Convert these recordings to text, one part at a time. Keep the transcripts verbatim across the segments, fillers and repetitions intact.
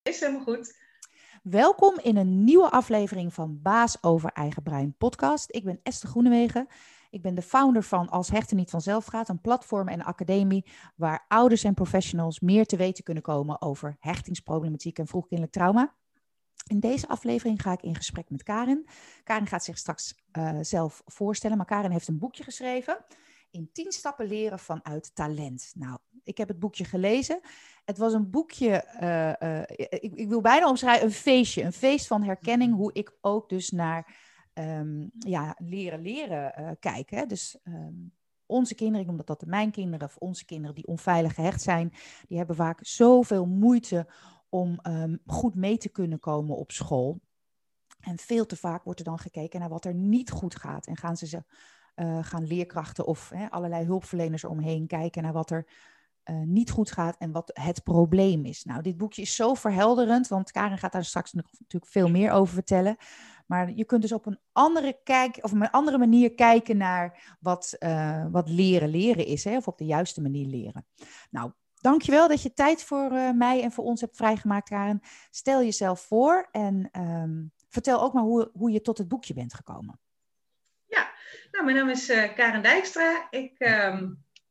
Is helemaal goed. Welkom in een nieuwe aflevering van Baas over Eigen Brein podcast. Ik ben Esther Groenewegen. Ik ben de founder van Als Hechten Niet Vanzelf Gaat, een platform en academie waar ouders en professionals meer te weten kunnen komen over hechtingsproblematiek en vroegkindelijk trauma. In deze aflevering ga ik in gesprek met Karin. Karin gaat zich straks uh, zelf voorstellen, maar Karin heeft een boekje geschreven. In tien stappen leren vanuit talent. Nou, ik heb het boekje gelezen. Het was een boekje, uh, uh, ik, ik wil bijna omschrijven, een feestje. Een feest van herkenning, hoe ik ook dus naar um, ja, leren leren uh, kijk. Hè? Dus um, onze kinderen, omdat dat mijn kinderen of onze kinderen die onveilig gehecht zijn, die hebben vaak zoveel moeite om um, goed mee te kunnen komen op school. En veel te vaak wordt er dan gekeken naar wat er niet goed gaat. En gaan ze ze Uh, gaan leerkrachten of hè, allerlei hulpverleners omheen kijken naar wat er uh, niet goed gaat en wat het probleem is. Nou, dit boekje is zo verhelderend, want Karin gaat daar straks nog natuurlijk veel meer over vertellen. Maar je kunt dus op een andere, kijk, of op een andere manier kijken naar wat, uh, wat leren leren is, hè, of op de juiste manier leren. Nou, dankjewel dat je tijd voor uh, mij en voor ons hebt vrijgemaakt, Karin. Stel jezelf voor en um, vertel ook maar hoe, hoe je tot het boekje bent gekomen. Ja, nou, mijn naam is uh, Karin Dijkstra. Ik uh,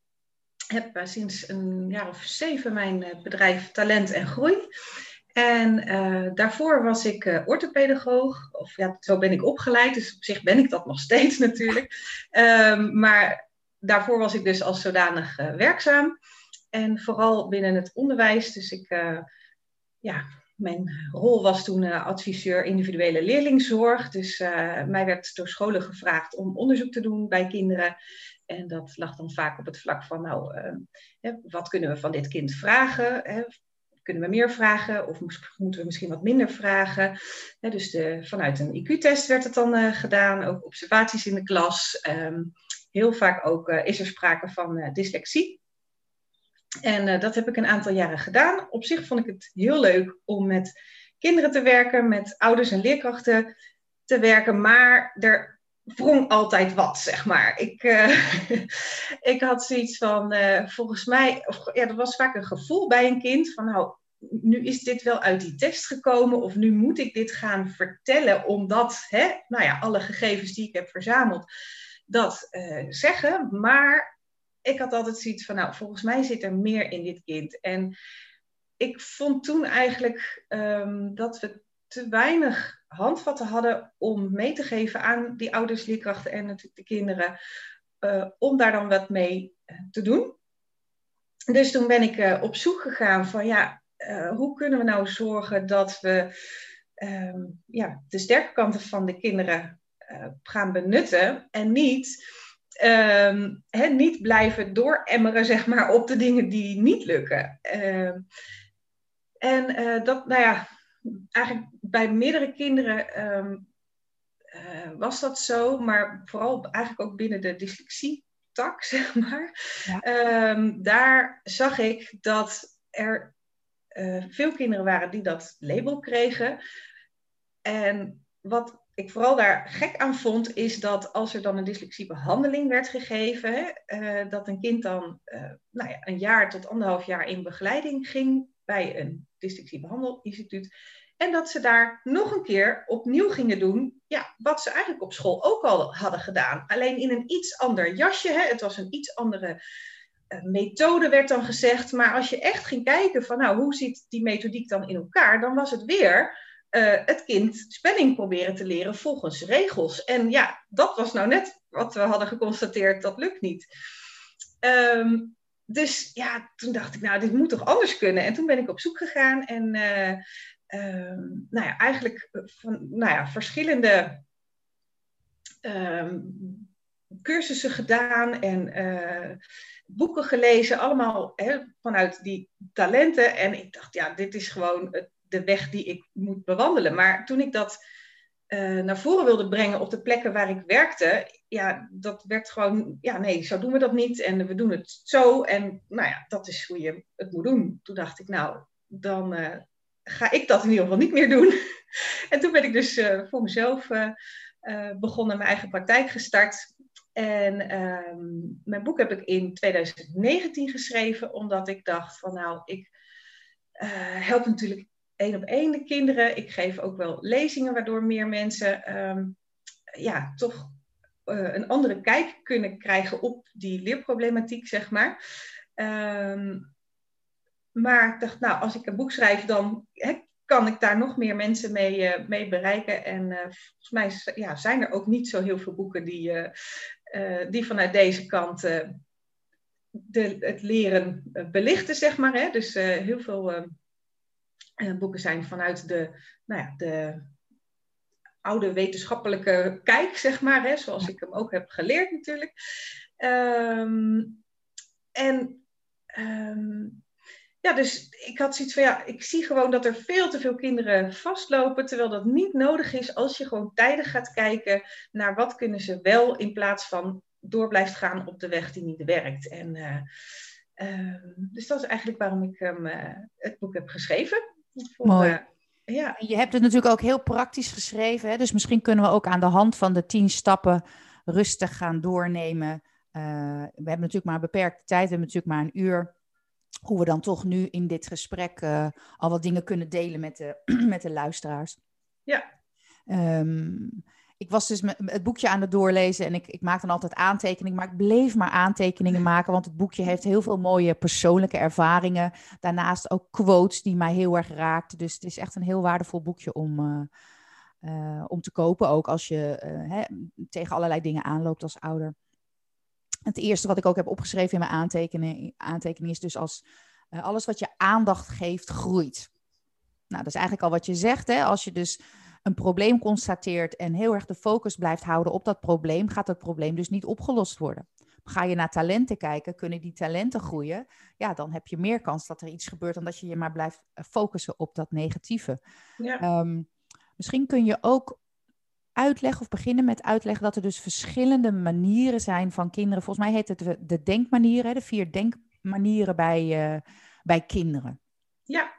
heb uh, sinds een jaar of zeven mijn uh, bedrijf Talent en Groei. En uh, daarvoor was ik uh, orthopedagoog. Of ja, zo ben ik opgeleid. Dus op zich ben ik dat nog steeds natuurlijk. Um, maar daarvoor was ik dus als zodanig uh, werkzaam. En vooral binnen het onderwijs. Dus ik... Uh, ja... Mijn rol was toen uh, adviseur individuele leerlingzorg. Dus uh, mij werd door scholen gevraagd om onderzoek te doen bij kinderen. En dat lag dan vaak op het vlak van, nou, uh, hè, wat kunnen we van dit kind vragen? Hè? Kunnen we meer vragen of moeten we misschien wat minder vragen? Hè, dus de, vanuit een I Q-test werd het dan uh, gedaan, ook observaties in de klas. Um, heel vaak ook uh, is er sprake van uh, dyslexie. En uh, dat heb ik een aantal jaren gedaan. Op zich vond ik het heel leuk om met kinderen te werken, met ouders en leerkrachten te werken. Maar er wrong altijd wat, zeg maar. Ik, uh, ik had zoiets van, uh, volgens mij, of, ja, er was vaak een gevoel bij een kind van, nou, nu is dit wel uit die tekst gekomen. Of nu moet ik dit gaan vertellen, omdat, hè, nou ja, alle gegevens die ik heb verzameld, dat uh, zeggen. Maar... ik had altijd zoiets van, nou, volgens mij zit er meer in dit kind. En ik vond toen eigenlijk um, dat we te weinig handvatten hadden om mee te geven aan die ouders, leerkrachten en natuurlijk de kinderen, uh, om daar dan wat mee uh, te doen. Dus toen ben ik uh, op zoek gegaan van, ja, uh, hoe kunnen we nou zorgen dat we um, ja, de sterke kanten van de kinderen uh, gaan benutten en niet... Um, he, niet blijven dooremmeren, zeg maar, op de dingen die niet lukken. Um, en uh, dat, nou ja, eigenlijk bij meerdere kinderen um, uh, was dat zo, maar vooral eigenlijk ook binnen de dyslexie-tak, zeg maar. Ja. Um, daar zag ik dat er uh, veel kinderen waren die dat label kregen. En wat ik vooral daar gek aan vond, is dat als er dan een dyslexiebehandeling werd gegeven, hè, uh, dat een kind dan uh, nou ja, een jaar tot anderhalf jaar in begeleiding ging bij een dyslexiebehandelinstituut. En dat ze daar nog een keer opnieuw gingen doen, ja, wat ze eigenlijk op school ook al hadden gedaan. Alleen in een iets ander jasje. Hè. Het was een iets andere uh, methode, werd dan gezegd. Maar als je echt ging kijken van, nou, hoe zit die methodiek dan in elkaar, dan was het weer... Uh, het kind spelling proberen te leren volgens regels. En ja, dat was nou net wat we hadden geconstateerd, dat lukt niet. Um, dus ja, toen dacht ik, nou, dit moet toch anders kunnen? En toen ben ik op zoek gegaan en uh, um, nou ja, eigenlijk van nou ja, verschillende um, cursussen gedaan en uh, boeken gelezen, allemaal hè, vanuit die talenten. En ik dacht, ja, dit is gewoon het de weg die ik moet bewandelen. Maar toen ik dat uh, naar voren wilde brengen op de plekken waar ik werkte, ja, dat werd gewoon, ja, nee, zo doen we dat niet. En we doen het zo. En nou ja, dat is hoe je het moet doen. Toen dacht ik, nou, dan uh, ga ik dat in ieder geval niet meer doen. En toen ben ik dus uh, voor mezelf uh, uh, begonnen, mijn eigen praktijk gestart. En um, mijn boek heb ik in twintig negentien geschreven, omdat ik dacht van, nou, ik uh, help natuurlijk één op één de kinderen. Ik geef ook wel lezingen waardoor meer mensen um, ja, toch uh, een andere kijk kunnen krijgen op die leerproblematiek, zeg maar. Um, maar ik dacht, nou, als ik een boek schrijf, dan hè, kan ik daar nog meer mensen mee, uh, mee bereiken. En uh, volgens mij ja, zijn er ook niet zo heel veel boeken die, uh, uh, die vanuit deze kant uh, de, het leren uh, belichten, zeg maar. Hè. Dus uh, heel veel uh, uh, boeken zijn vanuit de, nou ja, de oude wetenschappelijke kijk, zeg maar. Hè, zoals ik hem ook heb geleerd natuurlijk. Um, en... Um, Ja, dus ik had zoiets van, ja, ik zie gewoon dat er veel te veel kinderen vastlopen, terwijl dat niet nodig is als je gewoon tijdig gaat kijken naar wat kunnen ze wel, in plaats van door blijft gaan op de weg die niet werkt. En, uh, uh, dus dat is eigenlijk waarom ik um, uh, het boek heb geschreven. Voor, Mooi. Uh, ja. Je hebt het natuurlijk ook heel praktisch geschreven, hè? Dus misschien kunnen we ook aan de hand van de tien stappen rustig gaan doornemen. Uh, we hebben natuurlijk maar een beperkte tijd, we hebben natuurlijk maar een uur. Hoe we dan toch nu in dit gesprek uh, al wat dingen kunnen delen met de, met de luisteraars. Ja. Um, ik was dus het boekje aan het doorlezen en ik, ik maak dan altijd aantekeningen, maar ik bleef maar aantekeningen maken, want het boekje heeft heel veel mooie persoonlijke ervaringen. Daarnaast ook quotes die mij heel erg raakten. Dus het is echt een heel waardevol boekje om, uh, uh, om te kopen, ook als je uh, hè, tegen allerlei dingen aanloopt als ouder. Het eerste wat ik ook heb opgeschreven in mijn aantekening, aantekening is dus als uh, alles wat je aandacht geeft, groeit. Nou, dat is eigenlijk al wat je zegt. Hè? Als je dus een probleem constateert en heel erg de focus blijft houden op dat probleem, gaat dat probleem dus niet opgelost worden. Ga je naar talenten kijken, kunnen die talenten groeien? Ja, dan heb je meer kans dat er iets gebeurt dan dat je je maar blijft focussen op dat negatieve. Ja. Um, misschien kun je ook uitleggen of beginnen met uitleggen dat er dus verschillende manieren zijn van kinderen. Volgens mij heet het de denkmanieren, de vier denkmanieren bij, uh, bij kinderen. Ja,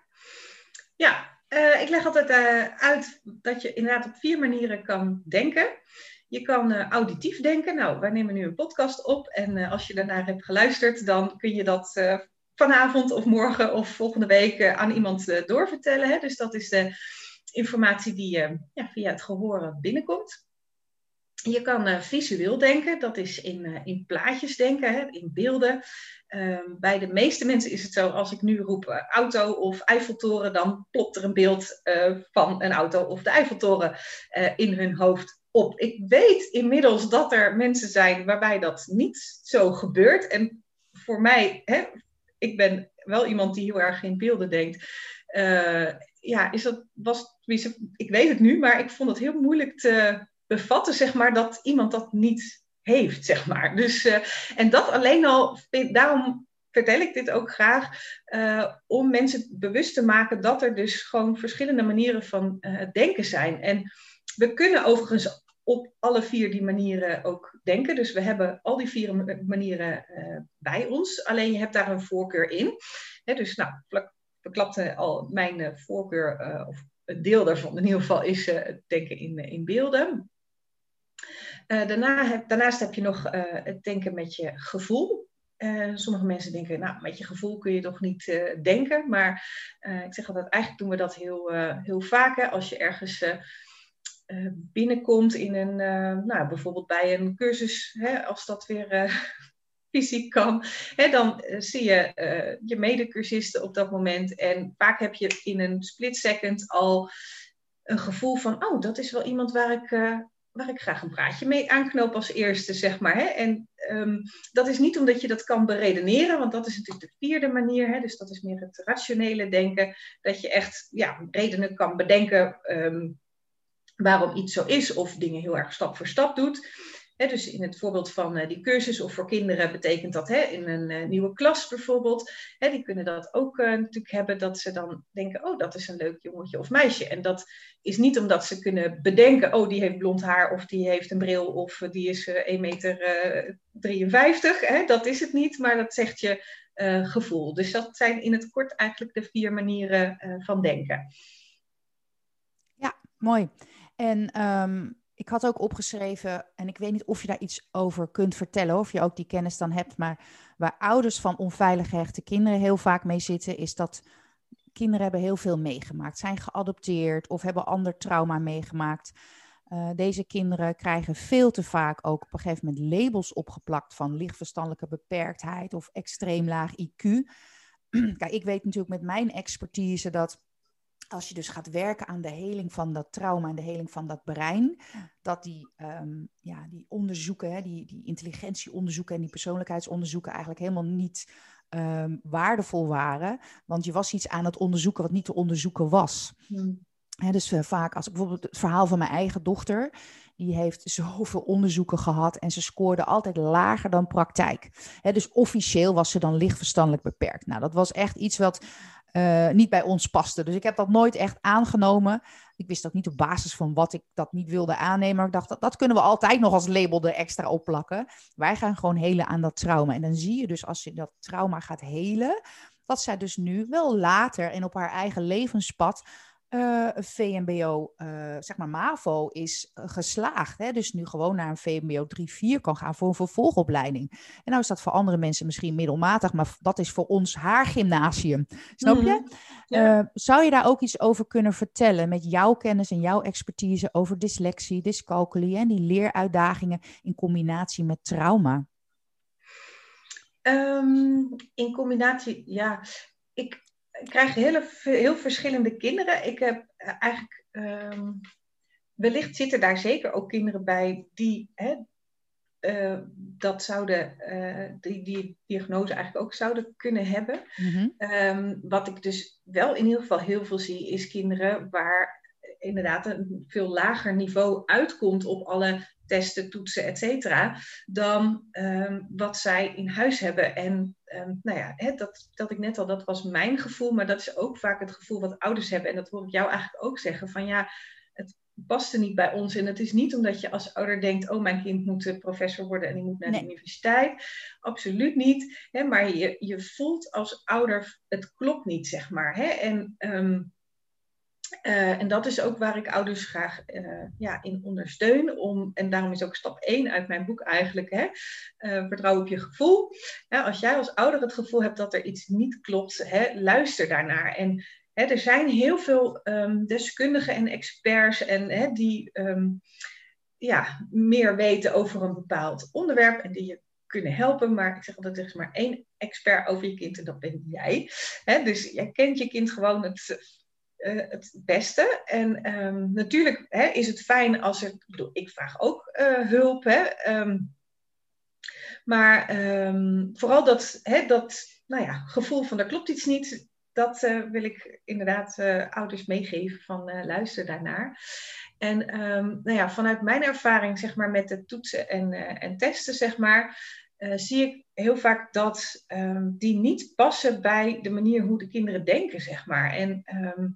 ja. Uh, ik leg altijd uh, uit dat je inderdaad op vier manieren kan denken. Je kan uh, auditief denken. Nou, wij nemen nu een podcast op en uh, als je daarnaar hebt geluisterd, dan kun je dat uh, vanavond of morgen of volgende week uh, aan iemand uh, doorvertellen. Hè? Dus dat is de informatie die uh, ja, via het gehoor binnenkomt. Je kan uh, visueel denken, dat is in, uh, in plaatjes denken, hè, in beelden. Uh, bij de meeste mensen is het zo, als ik nu roep uh, auto of Eiffeltoren, dan plopt er een beeld uh, van een auto of de Eiffeltoren uh, in hun hoofd op. Ik weet inmiddels dat er mensen zijn waarbij dat niet zo gebeurt. En voor mij, hè, ik ben wel iemand die heel erg in beelden denkt. Uh, ja, is dat, was, ik weet het nu, maar ik vond het heel moeilijk te bevatten, zeg maar, dat iemand dat niet heeft, zeg maar. Dus, uh, en dat alleen al, daarom vertel ik dit ook graag, uh, om mensen bewust te maken dat er dus gewoon verschillende manieren van uh, denken zijn. En we kunnen overigens op alle vier die manieren ook denken. Dus we hebben al die vier manieren uh, bij ons. Alleen je hebt daar een voorkeur in. He, dus nou, verklapte al mijn uh, voorkeur, uh, of een deel daarvan in ieder geval, is uh, het denken in, uh, in beelden. Uh, daarna heb, daarnaast heb je nog uh, het denken met je gevoel. Uh, sommige mensen denken, nou, met je gevoel kun je toch niet uh, denken. Maar uh, ik zeg altijd, eigenlijk doen we dat heel, uh, heel vaak. Hè? Als je ergens uh, uh, binnenkomt in een, uh, nou, bijvoorbeeld bij een cursus, hè, als dat weer uh, fysiek kan, hè, dan uh, zie je uh, je medecursisten op dat moment. En vaak heb je in een split second al een gevoel van, oh, dat is wel iemand waar ik... Uh, waar ik graag een praatje mee aanknoop als eerste, zeg maar. Hè? En um, dat is niet omdat je dat kan beredeneren, want dat is natuurlijk de vierde manier. Hè? Dus dat is meer het rationele denken. Dat je echt ja, redenen kan bedenken um, waarom iets zo is, of dingen heel erg stap voor stap doet. Hè, dus in het voorbeeld van uh, die cursus of voor kinderen betekent dat, hè, in een uh, nieuwe klas bijvoorbeeld, hè, die kunnen dat ook uh, natuurlijk hebben, dat ze dan denken, oh, dat is een leuk jongetje of meisje. En dat is niet omdat ze kunnen bedenken, oh, die heeft blond haar of die heeft een bril of uh, die is uh, één meter drieënvijftig. Hè, dat is het niet, maar dat zegt je uh, gevoel. Dus dat zijn in het kort eigenlijk de vier manieren uh, van denken. Ja, mooi. En... Um... Ik had ook opgeschreven, en ik weet niet of je daar iets over kunt vertellen, of je ook die kennis dan hebt, maar waar ouders van onveilig gehechte kinderen heel vaak mee zitten, is dat kinderen hebben heel veel meegemaakt, zijn geadopteerd of hebben ander trauma meegemaakt. Uh, deze kinderen krijgen veel te vaak ook op een gegeven moment labels opgeplakt van lichtverstandelijke beperktheid of extreem laag I Q. Kijk, ik weet natuurlijk met mijn expertise dat als je dus gaat werken aan de heling van dat trauma en de heling van dat brein, dat die, um, ja, die onderzoeken, hè, die, die intelligentieonderzoeken en die persoonlijkheidsonderzoeken eigenlijk helemaal niet um, waardevol waren. Want je was iets aan het onderzoeken wat niet te onderzoeken was. Hmm. He, dus uh, vaak, als ik bijvoorbeeld het verhaal van mijn eigen dochter, die heeft zoveel onderzoeken gehad en ze scoorde altijd lager dan praktijk. He, dus officieel was ze dan lichtverstandelijk beperkt. Nou, dat was echt iets wat uh, niet bij ons paste. Dus ik heb dat nooit echt aangenomen. Ik wist ook niet op basis van wat ik dat niet wilde aannemen. Maar ik dacht, dat, dat kunnen we altijd nog als label er extra opplakken. Wij gaan gewoon helen aan dat trauma. En dan zie je dus als je dat trauma gaat helen, dat zij dus nu wel later en op haar eigen levenspad Uh, een V M B O, uh, zeg maar MAVO, is uh, geslaagd. Hè? Dus nu gewoon naar een V M B O drie vier kan gaan voor een vervolgopleiding. En nou is dat voor andere mensen misschien middelmatig, maar dat is voor ons haar gymnasium. Snap je? Mm-hmm. Ja. Uh, zou je daar ook iets over kunnen vertellen met jouw kennis en jouw expertise over dyslexie, dyscalculie en die leeruitdagingen in combinatie met trauma? Um, in combinatie, ja, ik... Ik krijg hele, heel verschillende kinderen. Ik heb eigenlijk, um, wellicht zitten daar zeker ook kinderen bij die hè, uh, dat zouden, uh, die, die diagnose eigenlijk ook zouden kunnen hebben. Mm-hmm. Um, wat ik dus wel in ieder geval heel veel zie, is kinderen waar inderdaad een veel lager niveau uitkomt op alle testen, toetsen, et cetera, dan um, wat zij in huis hebben. En um, nou ja, hè, dat, dat ik net al, dat was mijn gevoel, maar dat is ook vaak het gevoel wat ouders hebben. En dat hoor ik jou eigenlijk ook zeggen, van ja, het paste niet bij ons. En het is niet omdat je als ouder denkt, oh, mijn kind moet professor worden en die moet naar nee. de universiteit. Absoluut niet. Hè, maar je, je voelt als ouder, het klopt niet, zeg maar. Hè? En... Um, Uh, en dat is ook waar ik ouders graag uh, ja, in ondersteun. Om, en daarom is ook stap één uit mijn boek eigenlijk, hè, uh, vertrouw op je gevoel. Ja, als jij als ouder het gevoel hebt dat er iets niet klopt, hè, luister daarnaar. En hè, er zijn heel veel um, deskundigen en experts en, hè, die um, ja, meer weten over een bepaald onderwerp en die je kunnen helpen. Maar ik zeg altijd, er is maar één expert over je kind en dat ben jij. Hè, dus jij kent je kind gewoon het... Uh, het beste. En um, natuurlijk hè, is het fijn als er... Ik bedoel, ik vraag ook uh, hulp. Hè, um, maar um, vooral dat, hè, dat nou ja, gevoel van er klopt iets niet... dat uh, wil ik inderdaad uh, ouders meegeven van uh, luister daarnaar. En um, nou ja, vanuit mijn ervaring zeg maar, met de toetsen en, uh, en testen... zeg maar, uh, zie ik heel vaak dat um, die niet passen bij de manier hoe de kinderen denken, zeg maar. En um,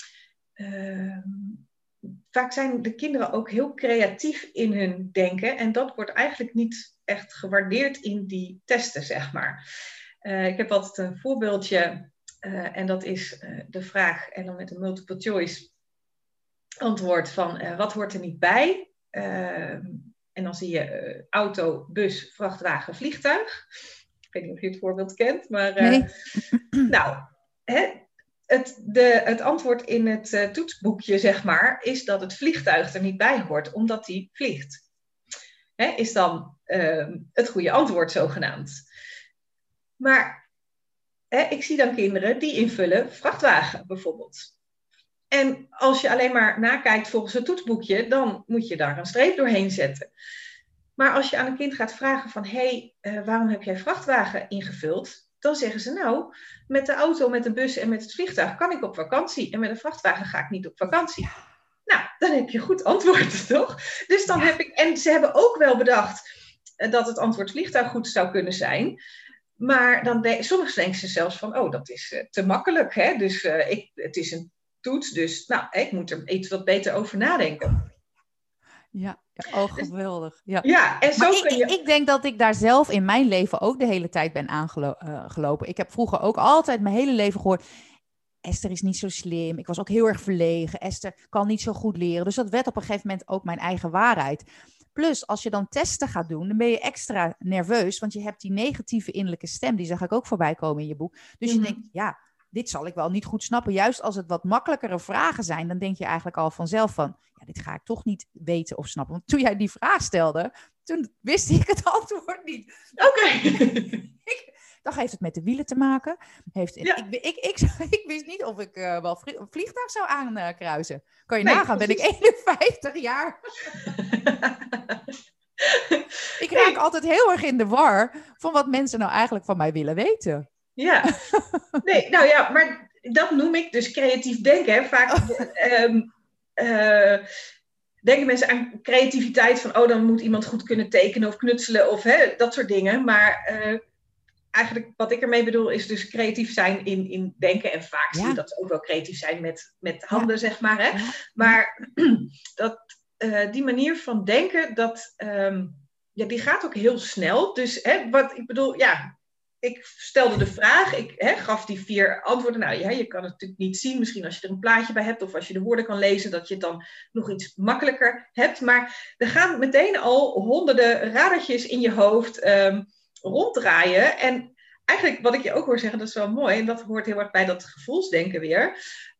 um, vaak zijn de kinderen ook heel creatief in hun denken. En dat wordt eigenlijk niet echt gewaardeerd in die testen, zeg maar. Uh, ik heb altijd een voorbeeldje. Uh, en dat is uh, de vraag, en dan met een multiple choice antwoord van uh, wat hoort er niet bij? Uh, En dan zie je uh, auto, bus, vrachtwagen, vliegtuig. Ik weet niet of je het voorbeeld kent, maar... Uh, nee. Nou, hè, het, de, het antwoord in het uh, toetsboekje, zeg maar, is dat het vliegtuig er niet bij hoort, omdat die vliegt. Hè, is dan uh, het goede antwoord, zogenaamd. Maar hè, ik zie dan kinderen die invullen vrachtwagen, bijvoorbeeld. En als je alleen maar nakijkt volgens het toetsboekje, dan moet je daar een streep doorheen zetten. Maar als je aan een kind gaat vragen van, hé, hey, uh, waarom heb jij vrachtwagen ingevuld? Dan zeggen ze, nou, met de auto, met de bus en met het vliegtuig kan ik op vakantie. En met een vrachtwagen ga ik niet op vakantie. Nou, dan heb je goed antwoord, toch? Dus dan ja. heb ik, en ze hebben ook wel bedacht uh, dat het antwoord vliegtuig goed zou kunnen zijn. Maar dan de, soms denken ze zelfs van, oh, dat is uh, te makkelijk, hè? Dus uh, ik, het is een toets, dus nou, ik moet er iets wat beter over nadenken. Ja, ja oh geweldig. Ja, ja en zo maar kun ik, je... ik denk dat ik daar zelf in mijn leven ook de hele tijd ben aangelopen. Ik heb vroeger ook altijd mijn hele leven gehoord, Esther is niet zo slim. Ik was ook heel erg verlegen. Esther kan niet zo goed leren. Dus dat werd op een gegeven moment ook mijn eigen waarheid. Plus, als je dan testen gaat doen, dan ben je extra nerveus, want je hebt die negatieve innerlijke stem, die zag ik ook voorbij komen in je boek. Dus mm-hmm. je denkt, ja, dit zal ik wel niet goed snappen. Juist als het wat makkelijkere vragen zijn, dan denk je eigenlijk al vanzelf van, ja, dit ga ik toch niet weten of snappen. Want toen jij die vraag stelde, toen wist ik het antwoord niet. Oké. Okay. Dan heeft het met de wielen te maken. Heeft, ja. ik, ik, ik, ik wist niet of ik uh, wel een vliegtuig zou aankruisen. Kan je nee, nagaan, precies. ben ik eenenvijftig jaar. Ik raak nee. altijd heel erg in de war van wat mensen nou eigenlijk van mij willen weten. Ja, nee, nou ja, maar dat noem ik dus creatief denken. Hè. Vaak um, uh, denken mensen aan creativiteit van, oh, dan moet iemand goed kunnen tekenen of knutselen of hè, dat soort dingen. Maar uh, eigenlijk wat ik ermee bedoel is dus creatief zijn in, in denken. En vaak ja. zie je dat ze ook wel creatief zijn met, met handen, ja. zeg maar. Hè. Ja. Maar dat, uh, die manier van denken, dat, um, ja, die gaat ook heel snel. Dus hè, wat ik bedoel, ja... Ik stelde de vraag, ik hè, gaf die vier antwoorden. Nou ja, je kan het natuurlijk niet zien. Misschien als je er een plaatje bij hebt of als je de woorden kan lezen, dat je het dan nog iets makkelijker hebt. Maar er gaan meteen al honderden radertjes in je hoofd um, ronddraaien. En eigenlijk wat ik je ook hoor zeggen, dat is wel mooi. En dat hoort heel erg bij dat gevoelsdenken weer.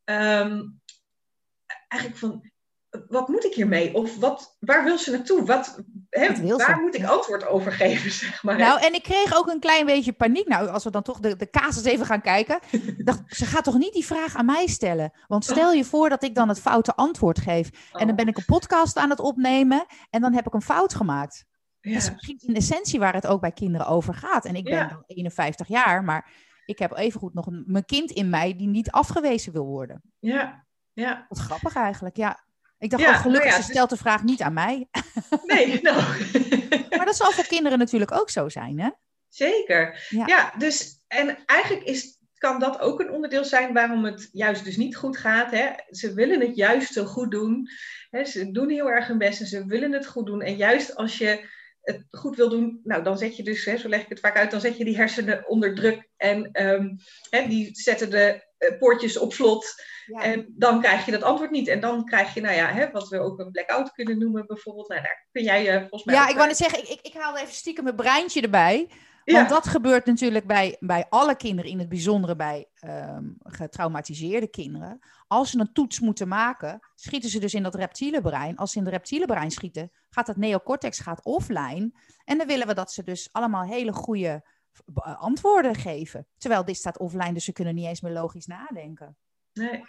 Um, eigenlijk van... Wat moet ik hiermee? Of wat, waar wil ze naartoe? Wat, hè, wat waar ze? Moet ik antwoord over geven, zeg maar? Nou, en ik kreeg ook een klein beetje paniek. Nou, als we dan toch de, de casus even gaan kijken. Dacht, ze gaat toch niet die vraag aan mij stellen? Want stel je voor dat ik dan het foute antwoord geef. Oh. En dan ben ik een podcast aan het opnemen. En dan heb ik een fout gemaakt. Ja. Dat is misschien in essentie waar het ook bij kinderen over gaat. En ik ben ja. dan eenenvijftig jaar. Maar ik heb evengoed nog een, mijn kind in mij die niet afgewezen wil worden. Ja, ja. Wat grappig eigenlijk, ja. Ik dacht, ja, oh, gelukkig, nou ja, ze stelt de vraag niet aan mij. Nee, nou. Maar dat zal voor kinderen natuurlijk ook zo zijn, hè? Zeker. Ja, ja dus, en eigenlijk is, kan dat ook een onderdeel zijn waarom het juist dus niet goed gaat. Hè? Ze willen het juist zo goed doen. Hè? Ze doen heel erg hun best en ze willen het goed doen. En juist als je het goed wil doen, nou dan zet je dus, hè, zo leg ik het vaak uit, dan zet je die hersenen onder druk. En um, hè, die zetten de uh, poortjes op slot. Ja. En dan krijg je dat antwoord niet. En dan krijg je, nou ja, hè, wat we ook een blackout kunnen noemen bijvoorbeeld. Nou, daar kun jij uh, volgens mij... Ja, ik wou net zeggen, ik, ik, ik haal even stiekem mijn breintje erbij. Want ja. dat gebeurt natuurlijk bij, bij alle kinderen, in het bijzondere bij um, getraumatiseerde kinderen. Als ze een toets moeten maken, schieten ze dus in dat reptiele brein. Als ze in het reptiele brein schieten, gaat dat neocortex gaat offline. En dan willen we dat ze dus allemaal hele goede antwoorden geven. Terwijl dit staat offline, dus ze kunnen niet eens meer logisch nadenken. Nee,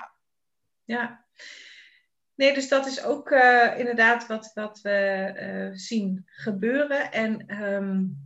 ja. Nee, dus dat is ook uh, inderdaad wat, wat we uh, zien gebeuren. En um,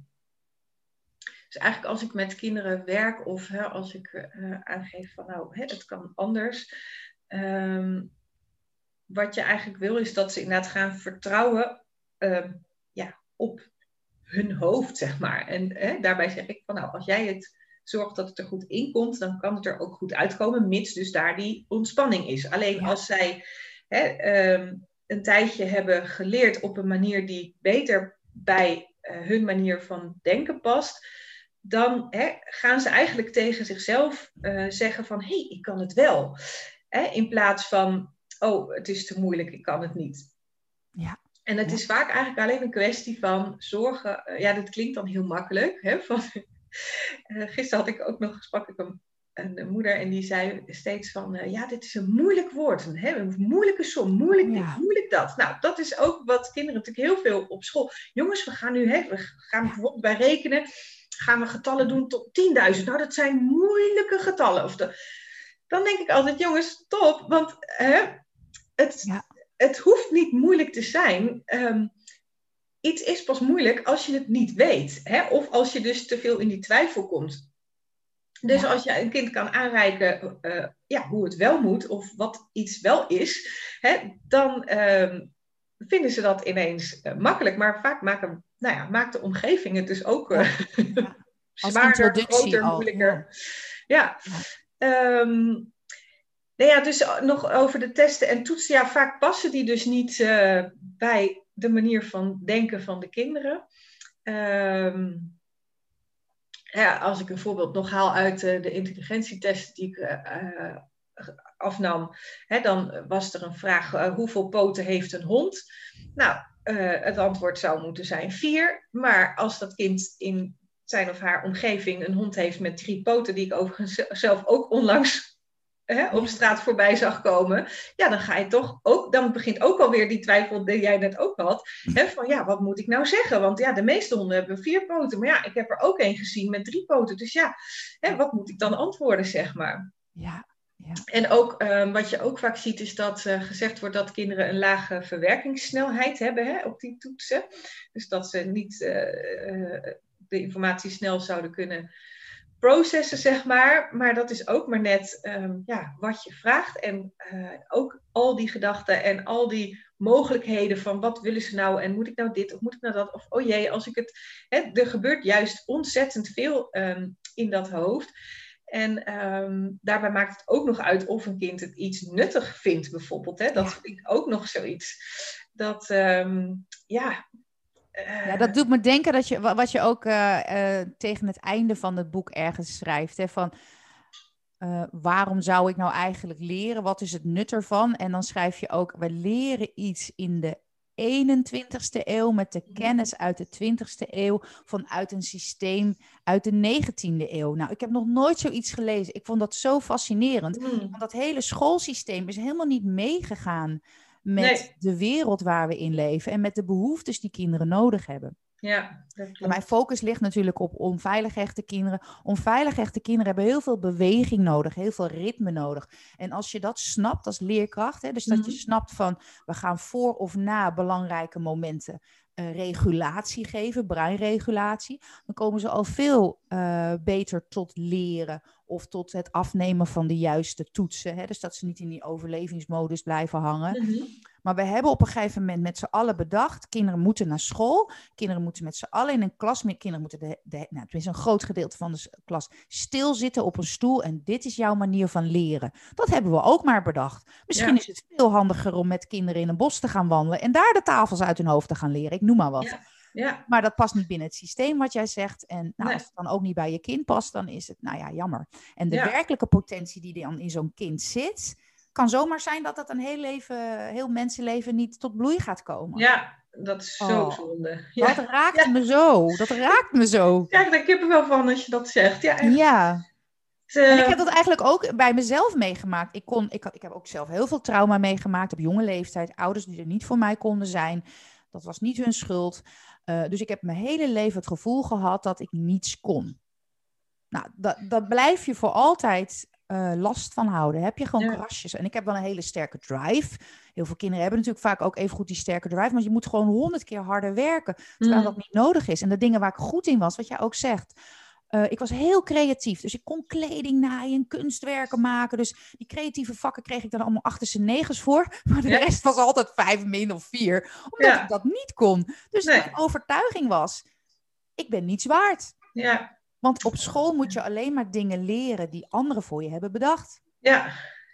dus eigenlijk als ik met kinderen werk of hè, als ik uh, aangeef van nou, hè, het kan anders. Um, wat je eigenlijk wil is dat ze inderdaad gaan vertrouwen uh, ja, op hun hoofd, zeg maar. En hè, daarbij zeg ik van nou, als jij het zorgt dat het er goed in komt, dan kan het er ook goed uitkomen, mits dus daar die ontspanning is. Alleen ja. als zij hè, um, een tijdje hebben geleerd op een manier die beter bij uh, hun manier van denken past, dan hè, gaan ze eigenlijk tegen zichzelf uh, zeggen van hé, hey, ik kan het wel. Hè, in plaats van, oh, het is te moeilijk, ik kan het niet. Ja. En het ja. is vaak eigenlijk alleen een kwestie van zorgen, uh, ja, dat klinkt dan heel makkelijk, hè, van... Uh, gisteren had ik ook nog gesproken met een, een moeder en die zei steeds van, uh, ja, dit is een moeilijk woord, een, hè, een moeilijke som, moeilijk dit, ja. moeilijk dat. Nou, dat is ook wat kinderen natuurlijk heel veel op school. Jongens, we gaan nu, hè, we gaan bijvoorbeeld bij rekenen, gaan we getallen doen tot tienduizend. Nou, dat zijn moeilijke getallen. Of de... Dan denk ik altijd, jongens, top, want hè, het, ja. het hoeft niet moeilijk te zijn. Um, Iets is pas moeilijk als je het niet weet. Hè? Of als je dus te veel in die twijfel komt. Dus ja. als je een kind kan aanreiken uh, ja, hoe het wel moet. Of wat iets wel is. Hè, dan uh, vinden ze dat ineens uh, makkelijk. Maar vaak maken, nou ja, maakt de omgeving het dus ook uh, ja. Ja. zwaarder, groter, al, moeilijker. Ja. ja. Um, nou ja, dus nog over de testen en toetsen. Ja, vaak passen die dus niet uh, bij... de manier van denken van de kinderen. Um, ja, als ik een voorbeeld nog haal uit uh, de intelligentietest die ik uh, afnam, hè, dan was er een vraag, uh, hoeveel poten heeft een hond? Nou, uh, het antwoord zou moeten zijn vier, maar als dat kind in zijn of haar omgeving een hond heeft met drie poten, die ik overigens zelf ook onlangs hè, op straat voorbij zag komen, ja, dan ga je toch ook, dan begint ook alweer die twijfel die jij net ook had, hè, van ja, wat moet ik nou zeggen? Want ja, de meeste honden hebben vier poten, maar ja, ik heb er ook één gezien met drie poten, dus ja, hè, wat moet ik dan antwoorden, zeg maar? Ja. Ja. En ook um, wat je ook vaak ziet is dat uh, gezegd wordt dat kinderen een lage verwerkingssnelheid hebben hè, op die toetsen. Dus dat ze niet uh, uh, de informatie snel zouden kunnen processen, zeg maar. Maar dat is ook maar net um, ja, wat je vraagt. En uh, ook al die gedachten en al die mogelijkheden van wat willen ze nou en moet ik nou dit of moet ik nou dat? Of oh jee, als ik het... Hè, er gebeurt juist ontzettend veel um, in dat hoofd. En um, daarbij maakt het ook nog uit of een kind het iets nuttig vindt, bijvoorbeeld. Hè? Dat ja. vind ik ook nog zoiets. Dat, um, ja... Uh... Ja, dat doet me denken dat je, wat je ook uh, uh, tegen het einde van het boek ergens schrijft. Hè, van, uh, waarom zou ik nou eigenlijk leren? Wat is het nut ervan? En dan schrijf je ook, we leren iets in de eenentwintigste eeuw met de kennis uit de twintigste eeuw vanuit een systeem uit de negentiende eeuw. Nou, ik heb nog nooit zoiets gelezen. Ik vond dat zo fascinerend. Mm. Want dat hele schoolsysteem is helemaal niet meegegaan met nee. de wereld waar we in leven en met de behoeftes die kinderen nodig hebben. Ja, dat klopt. En mijn focus ligt natuurlijk op onveilig hechte kinderen. Onveilig hechte kinderen hebben heel veel beweging nodig, heel veel ritme nodig. En als je dat snapt als leerkracht, hè, dus dat mm-hmm. je snapt van, we gaan voor of na belangrijke momenten uh, regulatie geven, breinregulatie, dan komen ze al veel uh, beter tot leren of tot het afnemen van de juiste toetsen. Hè? Dus dat ze niet in die overlevingsmodus blijven hangen. Mm-hmm. Maar we hebben op een gegeven moment met z'n allen bedacht, kinderen moeten naar school, kinderen moeten met z'n allen in een klas, kinderen moeten, de, de, nou, tenminste een groot gedeelte van de klas, stilzitten op een stoel en dit is jouw manier van leren. Dat hebben we ook maar bedacht. Misschien ja. is het veel handiger om met kinderen in een bos te gaan wandelen en daar de tafels uit hun hoofd te gaan leren, ik noem maar wat. Ja. Ja. Maar dat past niet binnen het systeem wat jij zegt. En nou, nee. als het dan ook niet bij je kind past, dan is het, nou ja, jammer. En de ja. werkelijke potentie die dan in zo'n kind zit, kan zomaar zijn dat dat een heel leven, heel mensenleven niet tot bloei gaat komen. Ja, dat is zo oh, zonde. Ja. Dat raakt ja. me zo. Dat raakt me zo. Ja, ik denk er wel van als je dat zegt. Ja. Echt. Ja. En ik heb dat eigenlijk ook bij mezelf meegemaakt. Ik, kon, ik, ik heb ook zelf heel veel trauma meegemaakt op jonge leeftijd. Ouders die er niet voor mij konden zijn. Dat was niet hun schuld. Uh, dus ik heb mijn hele leven het gevoel gehad dat ik niets kon. Nou, dat, dat blijf je voor altijd uh, last van houden. Heb je gewoon ja. krasjes. En ik heb wel een hele sterke drive. Heel veel kinderen hebben natuurlijk vaak ook even goed die sterke drive. Maar je moet gewoon honderd keer harder werken. Terwijl mm. dat niet nodig is. En de dingen waar ik goed in was, wat jij ook zegt. Uh, ik was heel creatief, dus ik kon kleding naaien, kunstwerken maken. Dus die creatieve vakken kreeg ik dan allemaal achter zijn negens voor. Maar de ja. rest was altijd vijf min of vier, omdat ja. ik dat niet kon. Dus nee. mijn overtuiging was, ik ben niets waard. Ja. Want op school moet je alleen maar dingen leren die anderen voor je hebben bedacht. Ja,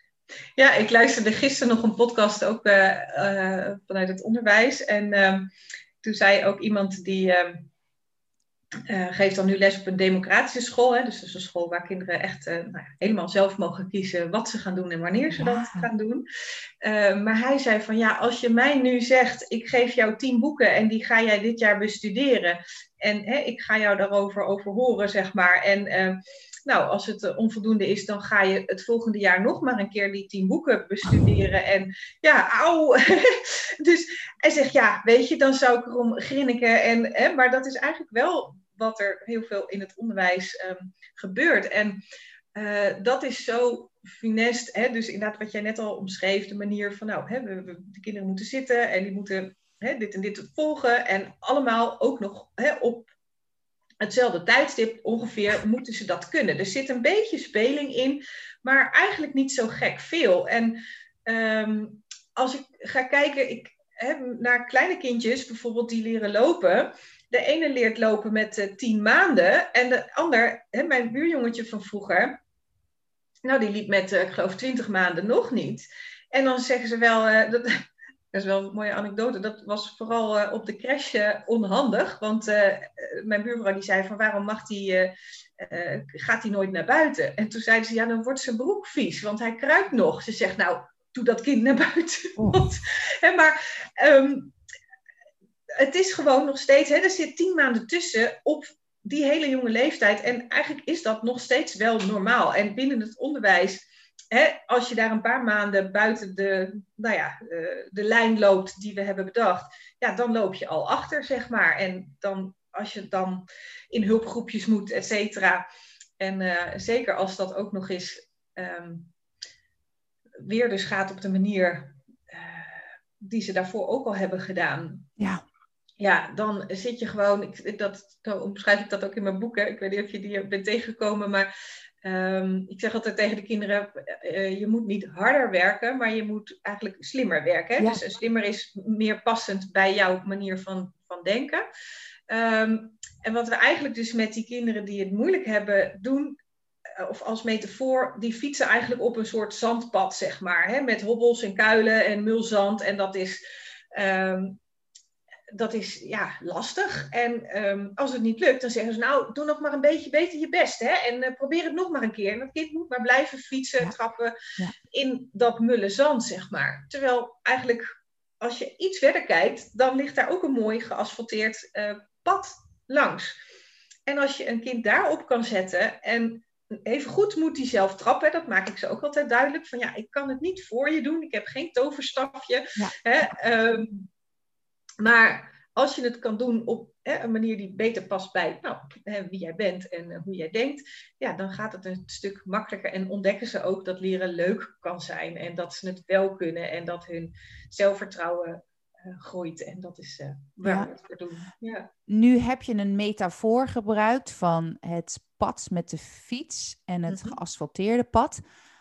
ja ik luisterde gisteren nog een podcast ook uh, uh, vanuit het onderwijs. En uh, toen zei ook iemand die... Uh, Uh, geeft dan nu les op een democratische school. Hè? Dus dat is een school waar kinderen echt uh, nou ja, helemaal zelf mogen kiezen wat ze gaan doen en wanneer ze ja. dat gaan doen. Uh, maar hij zei van ja, als je mij nu zegt, ik geef jou tien boeken en die ga jij dit jaar bestuderen. En hè, ik ga jou daarover over horen, zeg maar. En uh, nou, als het uh, onvoldoende is, dan ga je het volgende jaar nog maar een keer die tien boeken bestuderen. En ja, auw. Dus hij zegt ja, weet je, dan zou ik erom grinniken. En, hè, maar dat is eigenlijk wel wat er heel veel in het onderwijs um, gebeurt. En uh, dat is zo funest. Hè? Dus inderdaad wat jij net al omschreef, de manier van, nou, hè, we, we, de kinderen moeten zitten en die moeten hè, dit en dit volgen. En allemaal ook nog hè, op hetzelfde tijdstip ongeveer moeten ze dat kunnen. Er zit een beetje speling in, maar eigenlijk niet zo gek veel. En um, als ik ga kijken ik, hè, naar kleine kindjes, bijvoorbeeld die leren lopen. De ene leert lopen met uh, tien maanden en de ander, hè, mijn buurjongetje van vroeger, nou die liep met, uh, ik geloof, twintig maanden nog niet. En dan zeggen ze wel, uh, dat, dat is wel een mooie anekdote, dat was vooral uh, op de crash uh, onhandig. Want uh, mijn buurvrouw die zei van waarom mag die, uh, uh, gaat hij nooit naar buiten? En toen zeiden ze, ja dan wordt zijn broek vies, want hij kruipt nog. Ze zegt, nou doe dat kind naar buiten. Oh. Want, hè, maar... Um, Het is gewoon nog steeds, hè, er zit tien maanden tussen op die hele jonge leeftijd. En eigenlijk is dat nog steeds wel normaal. En binnen het onderwijs, hè, als je daar een paar maanden buiten de, nou ja, de, de lijn loopt die we hebben bedacht, ja, dan loop je al achter, zeg maar. En dan, als je dan in hulpgroepjes moet, et cetera. En uh, zeker als dat ook nog eens um, weer dus gaat op de manier uh, die ze daarvoor ook al hebben gedaan. Ja. Ja, dan zit je gewoon, ik, dat, zo omschrijf ik dat ook in mijn boek, hè. Ik weet niet of je die bent tegengekomen, maar um, ik zeg altijd tegen de kinderen, uh, je moet niet harder werken, maar je moet eigenlijk slimmer werken. Hè? Ja. Dus slimmer is meer passend bij jouw manier van, van denken. Um, en wat we eigenlijk dus met die kinderen die het moeilijk hebben doen, of als metafoor, die fietsen eigenlijk op een soort zandpad, zeg maar. Hè? Met hobbels en kuilen en mulzand. En dat is, um, dat is ja, lastig. En um, als het niet lukt, dan zeggen ze, nou, doe nog maar een beetje beter je best. Hè? En uh, probeer het nog maar een keer. En dat kind moet maar blijven fietsen, ja. trappen ja. in dat mulle zand, zeg maar. Terwijl eigenlijk, als je iets verder kijkt, dan ligt daar ook een mooi geasfalteerd uh, pad langs. En als je een kind daarop kan zetten en even goed moet hij zelf trappen. Dat maak ik ze ook altijd duidelijk. Van ja, ik kan het niet voor je doen. Ik heb geen toverstafje. Ja. Hè? Um, maar als je het kan doen op hè, een manier die beter past bij nou, hè, wie jij bent en uh, hoe jij denkt. Ja, dan gaat het een stuk makkelijker. En ontdekken ze ook dat leren leuk kan zijn. En dat ze het wel kunnen. En dat hun zelfvertrouwen uh, groeit. En dat is uh, waar ja. we het voor doen. Ja. Nu heb je een metafoor gebruikt van het pad met de fiets en het mm-hmm. geasfalteerde pad.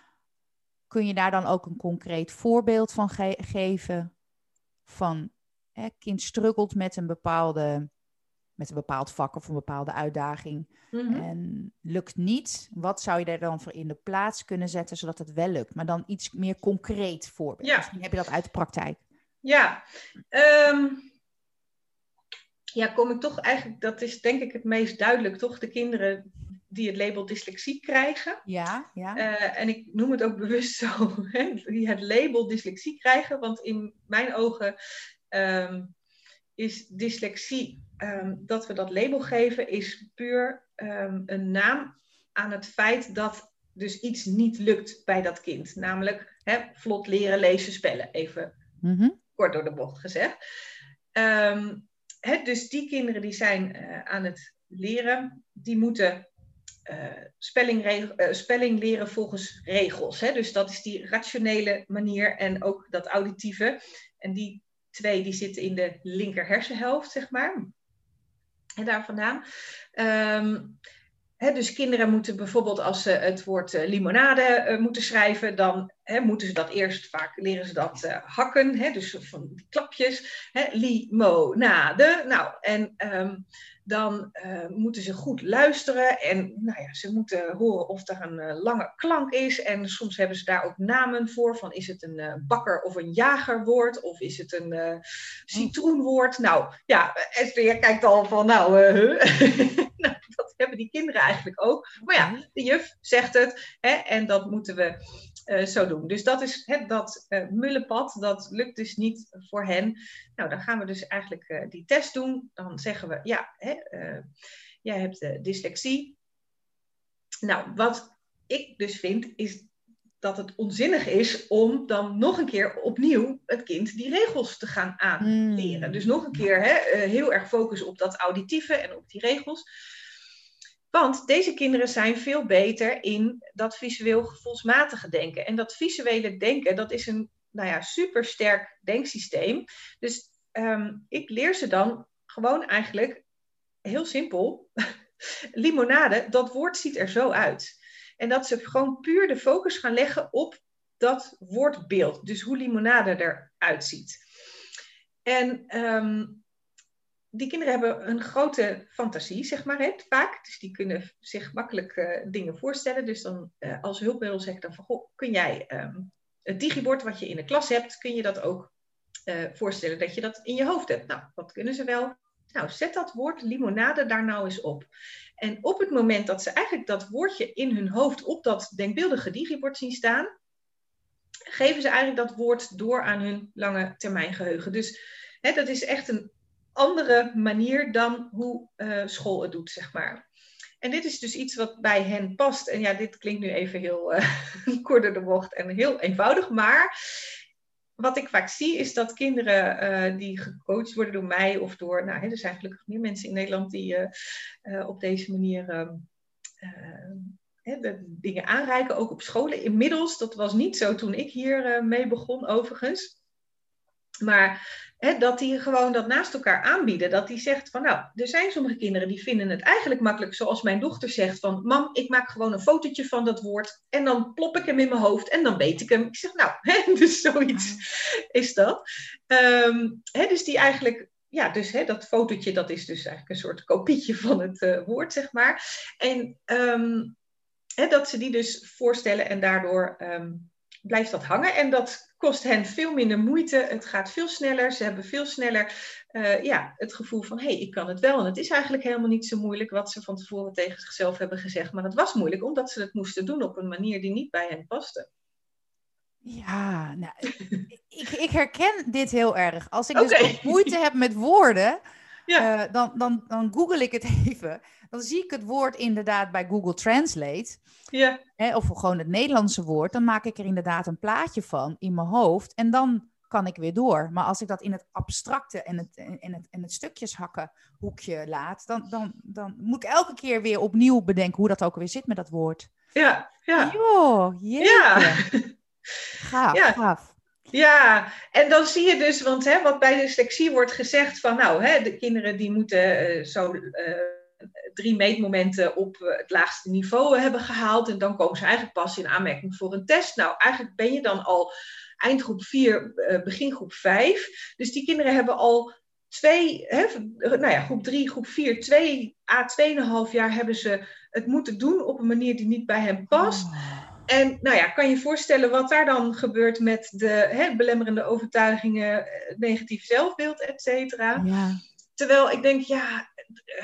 Kun je daar dan ook een concreet voorbeeld van ge- geven? Van, hè, kind struggelt met een bepaalde, met een bepaald vak of een bepaalde uitdaging. Mm-hmm. En lukt niet. Wat zou je daar dan voor in de plaats kunnen zetten, zodat het wel lukt? Maar dan iets meer concreet voorbeeld. Ja. Misschien heb je dat uit de praktijk. Ja, um... Ja, kom ik toch eigenlijk, dat is denk ik het meest duidelijk, toch? De kinderen die het label dyslexie krijgen. Ja, ja. Uh, en ik noem het ook bewust zo, hè, die het label dyslexie krijgen. Want in mijn ogen um, is dyslexie, um, dat we dat label geven, is puur um, een naam aan het feit dat dus iets niet lukt bij dat kind. Namelijk hè, vlot leren, lezen, spellen. Even mm-hmm. kort door de bocht gezegd. Um, He, dus die kinderen die zijn uh, aan het leren, die moeten uh, spelling, reg- uh, spelling leren volgens regels. Hè? Dus dat is die rationele manier en ook dat auditieve. En die twee die zitten in de linker hersenhelft, zeg maar. En daar vandaan. Um, He, dus kinderen moeten bijvoorbeeld als ze het woord uh, limonade uh, moeten schrijven, dan he, moeten ze dat eerst, vaak leren ze dat uh, hakken, he, dus van die klapjes, he, limonade. Nou, en um, dan uh, moeten ze goed luisteren en nou ja, ze moeten horen of er een uh, lange klank is. En soms hebben ze daar ook namen voor, van is het een uh, bakker of een jagerwoord of is het een uh, citroenwoord. Nou ja, Esther kijkt al van nou, uh, huh? nou dat hebben die kinderen eigenlijk ook. Maar ja, de juf zegt het hè, en dat moeten we uh, zo doen. Dus dat is hè, dat uh, mullenpad, dat lukt dus niet voor hen. Nou, dan gaan we dus eigenlijk uh, die test doen. Dan zeggen we, ja, hè, uh, jij hebt uh, dyslexie. Nou, wat ik dus vind, is dat het onzinnig is om dan nog een keer opnieuw het kind die regels te gaan aanleren. Mm. Dus nog een keer hè, uh, heel erg focussen op dat auditieve en op die regels. Want deze kinderen zijn veel beter in dat visueel gevoelsmatige denken. En dat visuele denken, dat is een nou ja, supersterk denksysteem. Dus um, ik leer ze dan gewoon eigenlijk, heel simpel, limonade, dat woord ziet er zo uit. En dat ze gewoon puur de focus gaan leggen op dat woordbeeld. Dus hoe limonade eruit ziet. En um, die kinderen hebben een grote fantasie, zeg maar, hè, vaak. Dus die kunnen zich makkelijk uh, dingen voorstellen. Dus dan uh, als hulpmiddel zeg ik dan van, goh, kun jij um, het digibord wat je in de klas hebt, kun je dat ook uh, voorstellen dat je dat in je hoofd hebt? Nou, wat kunnen ze wel? Nou, zet dat woord limonade daar nou eens op. En op het moment dat ze eigenlijk dat woordje in hun hoofd op dat denkbeeldige digibord zien staan, geven ze eigenlijk dat woord door aan hun lange termijn geheugen. Dus hè, dat is echt een andere manier dan hoe uh, school het doet, zeg maar. En dit is dus iets wat bij hen past. En ja, dit klinkt nu even heel uh, kort door de bocht en heel eenvoudig. Maar wat ik vaak zie is dat kinderen uh, die gecoacht worden door mij of door... Nou, hè, er zijn gelukkig meer mensen in Nederland die uh, uh, op deze manier uh, uh, hè, de dingen aanreiken. Ook op scholen. Inmiddels, dat was niet zo toen ik hier uh, mee begon overigens. Maar hè, dat die gewoon dat naast elkaar aanbieden. Dat die zegt van nou, er zijn sommige kinderen die vinden het eigenlijk makkelijk. Zoals mijn dochter zegt van mam, ik maak gewoon een fotootje van dat woord. En dan plop ik hem in mijn hoofd en dan weet ik hem. Ik zeg nou, hè, dus zoiets is dat. Um, hè, dus die eigenlijk, ja dus hè, dat fotootje dat is dus eigenlijk een soort kopietje van het uh, woord zeg maar. En um, hè, dat ze die dus voorstellen en daardoor... Um, blijft dat hangen en dat kost hen veel minder moeite. Het gaat veel sneller. Ze hebben veel sneller uh, ja, het gevoel van, hé, hey, ik kan het wel. En het is eigenlijk helemaal niet zo moeilijk wat ze van tevoren tegen zichzelf hebben gezegd. Maar het was moeilijk omdat ze het moesten doen op een manier die niet bij hen paste. Ja, nou, ik, ik herken dit heel erg. Als ik dus okay. ook moeite heb met woorden, ja. uh, dan, dan, dan google ik het even. Dan zie ik het woord inderdaad bij Google Translate. Ja. Hè, of gewoon het Nederlandse woord. Dan maak ik er inderdaad een plaatje van in mijn hoofd. En dan kan ik weer door. Maar als ik dat in het abstracte en het, en het, en het stukjes hakken hoekje laat. Dan, dan, dan moet ik elke keer weer opnieuw bedenken hoe dat ook weer zit met dat woord. Ja, ja. Joh, ja. Gaaf, ja. gaaf. Ja, en dan zie je dus, want hè, wat bij dyslexie wordt gezegd van nou, hè, de kinderen die moeten uh, zo uh, drie meetmomenten op uh, het laagste niveau hebben gehaald en dan komen ze eigenlijk pas in aanmerking voor een test. Nou, eigenlijk ben je dan al eindgroep vier, uh, begin groep vijf. Dus die kinderen hebben al twee, hè, nou ja, groep drie, groep vier, twee à tweeënhalf jaar hebben ze het moeten doen op een manier die niet bij hen past. Oh. En nou ja, kan je voorstellen wat daar dan gebeurt met de hè, belemmerende overtuigingen, negatief zelfbeeld, et cetera. Ja. Terwijl ik denk, ja,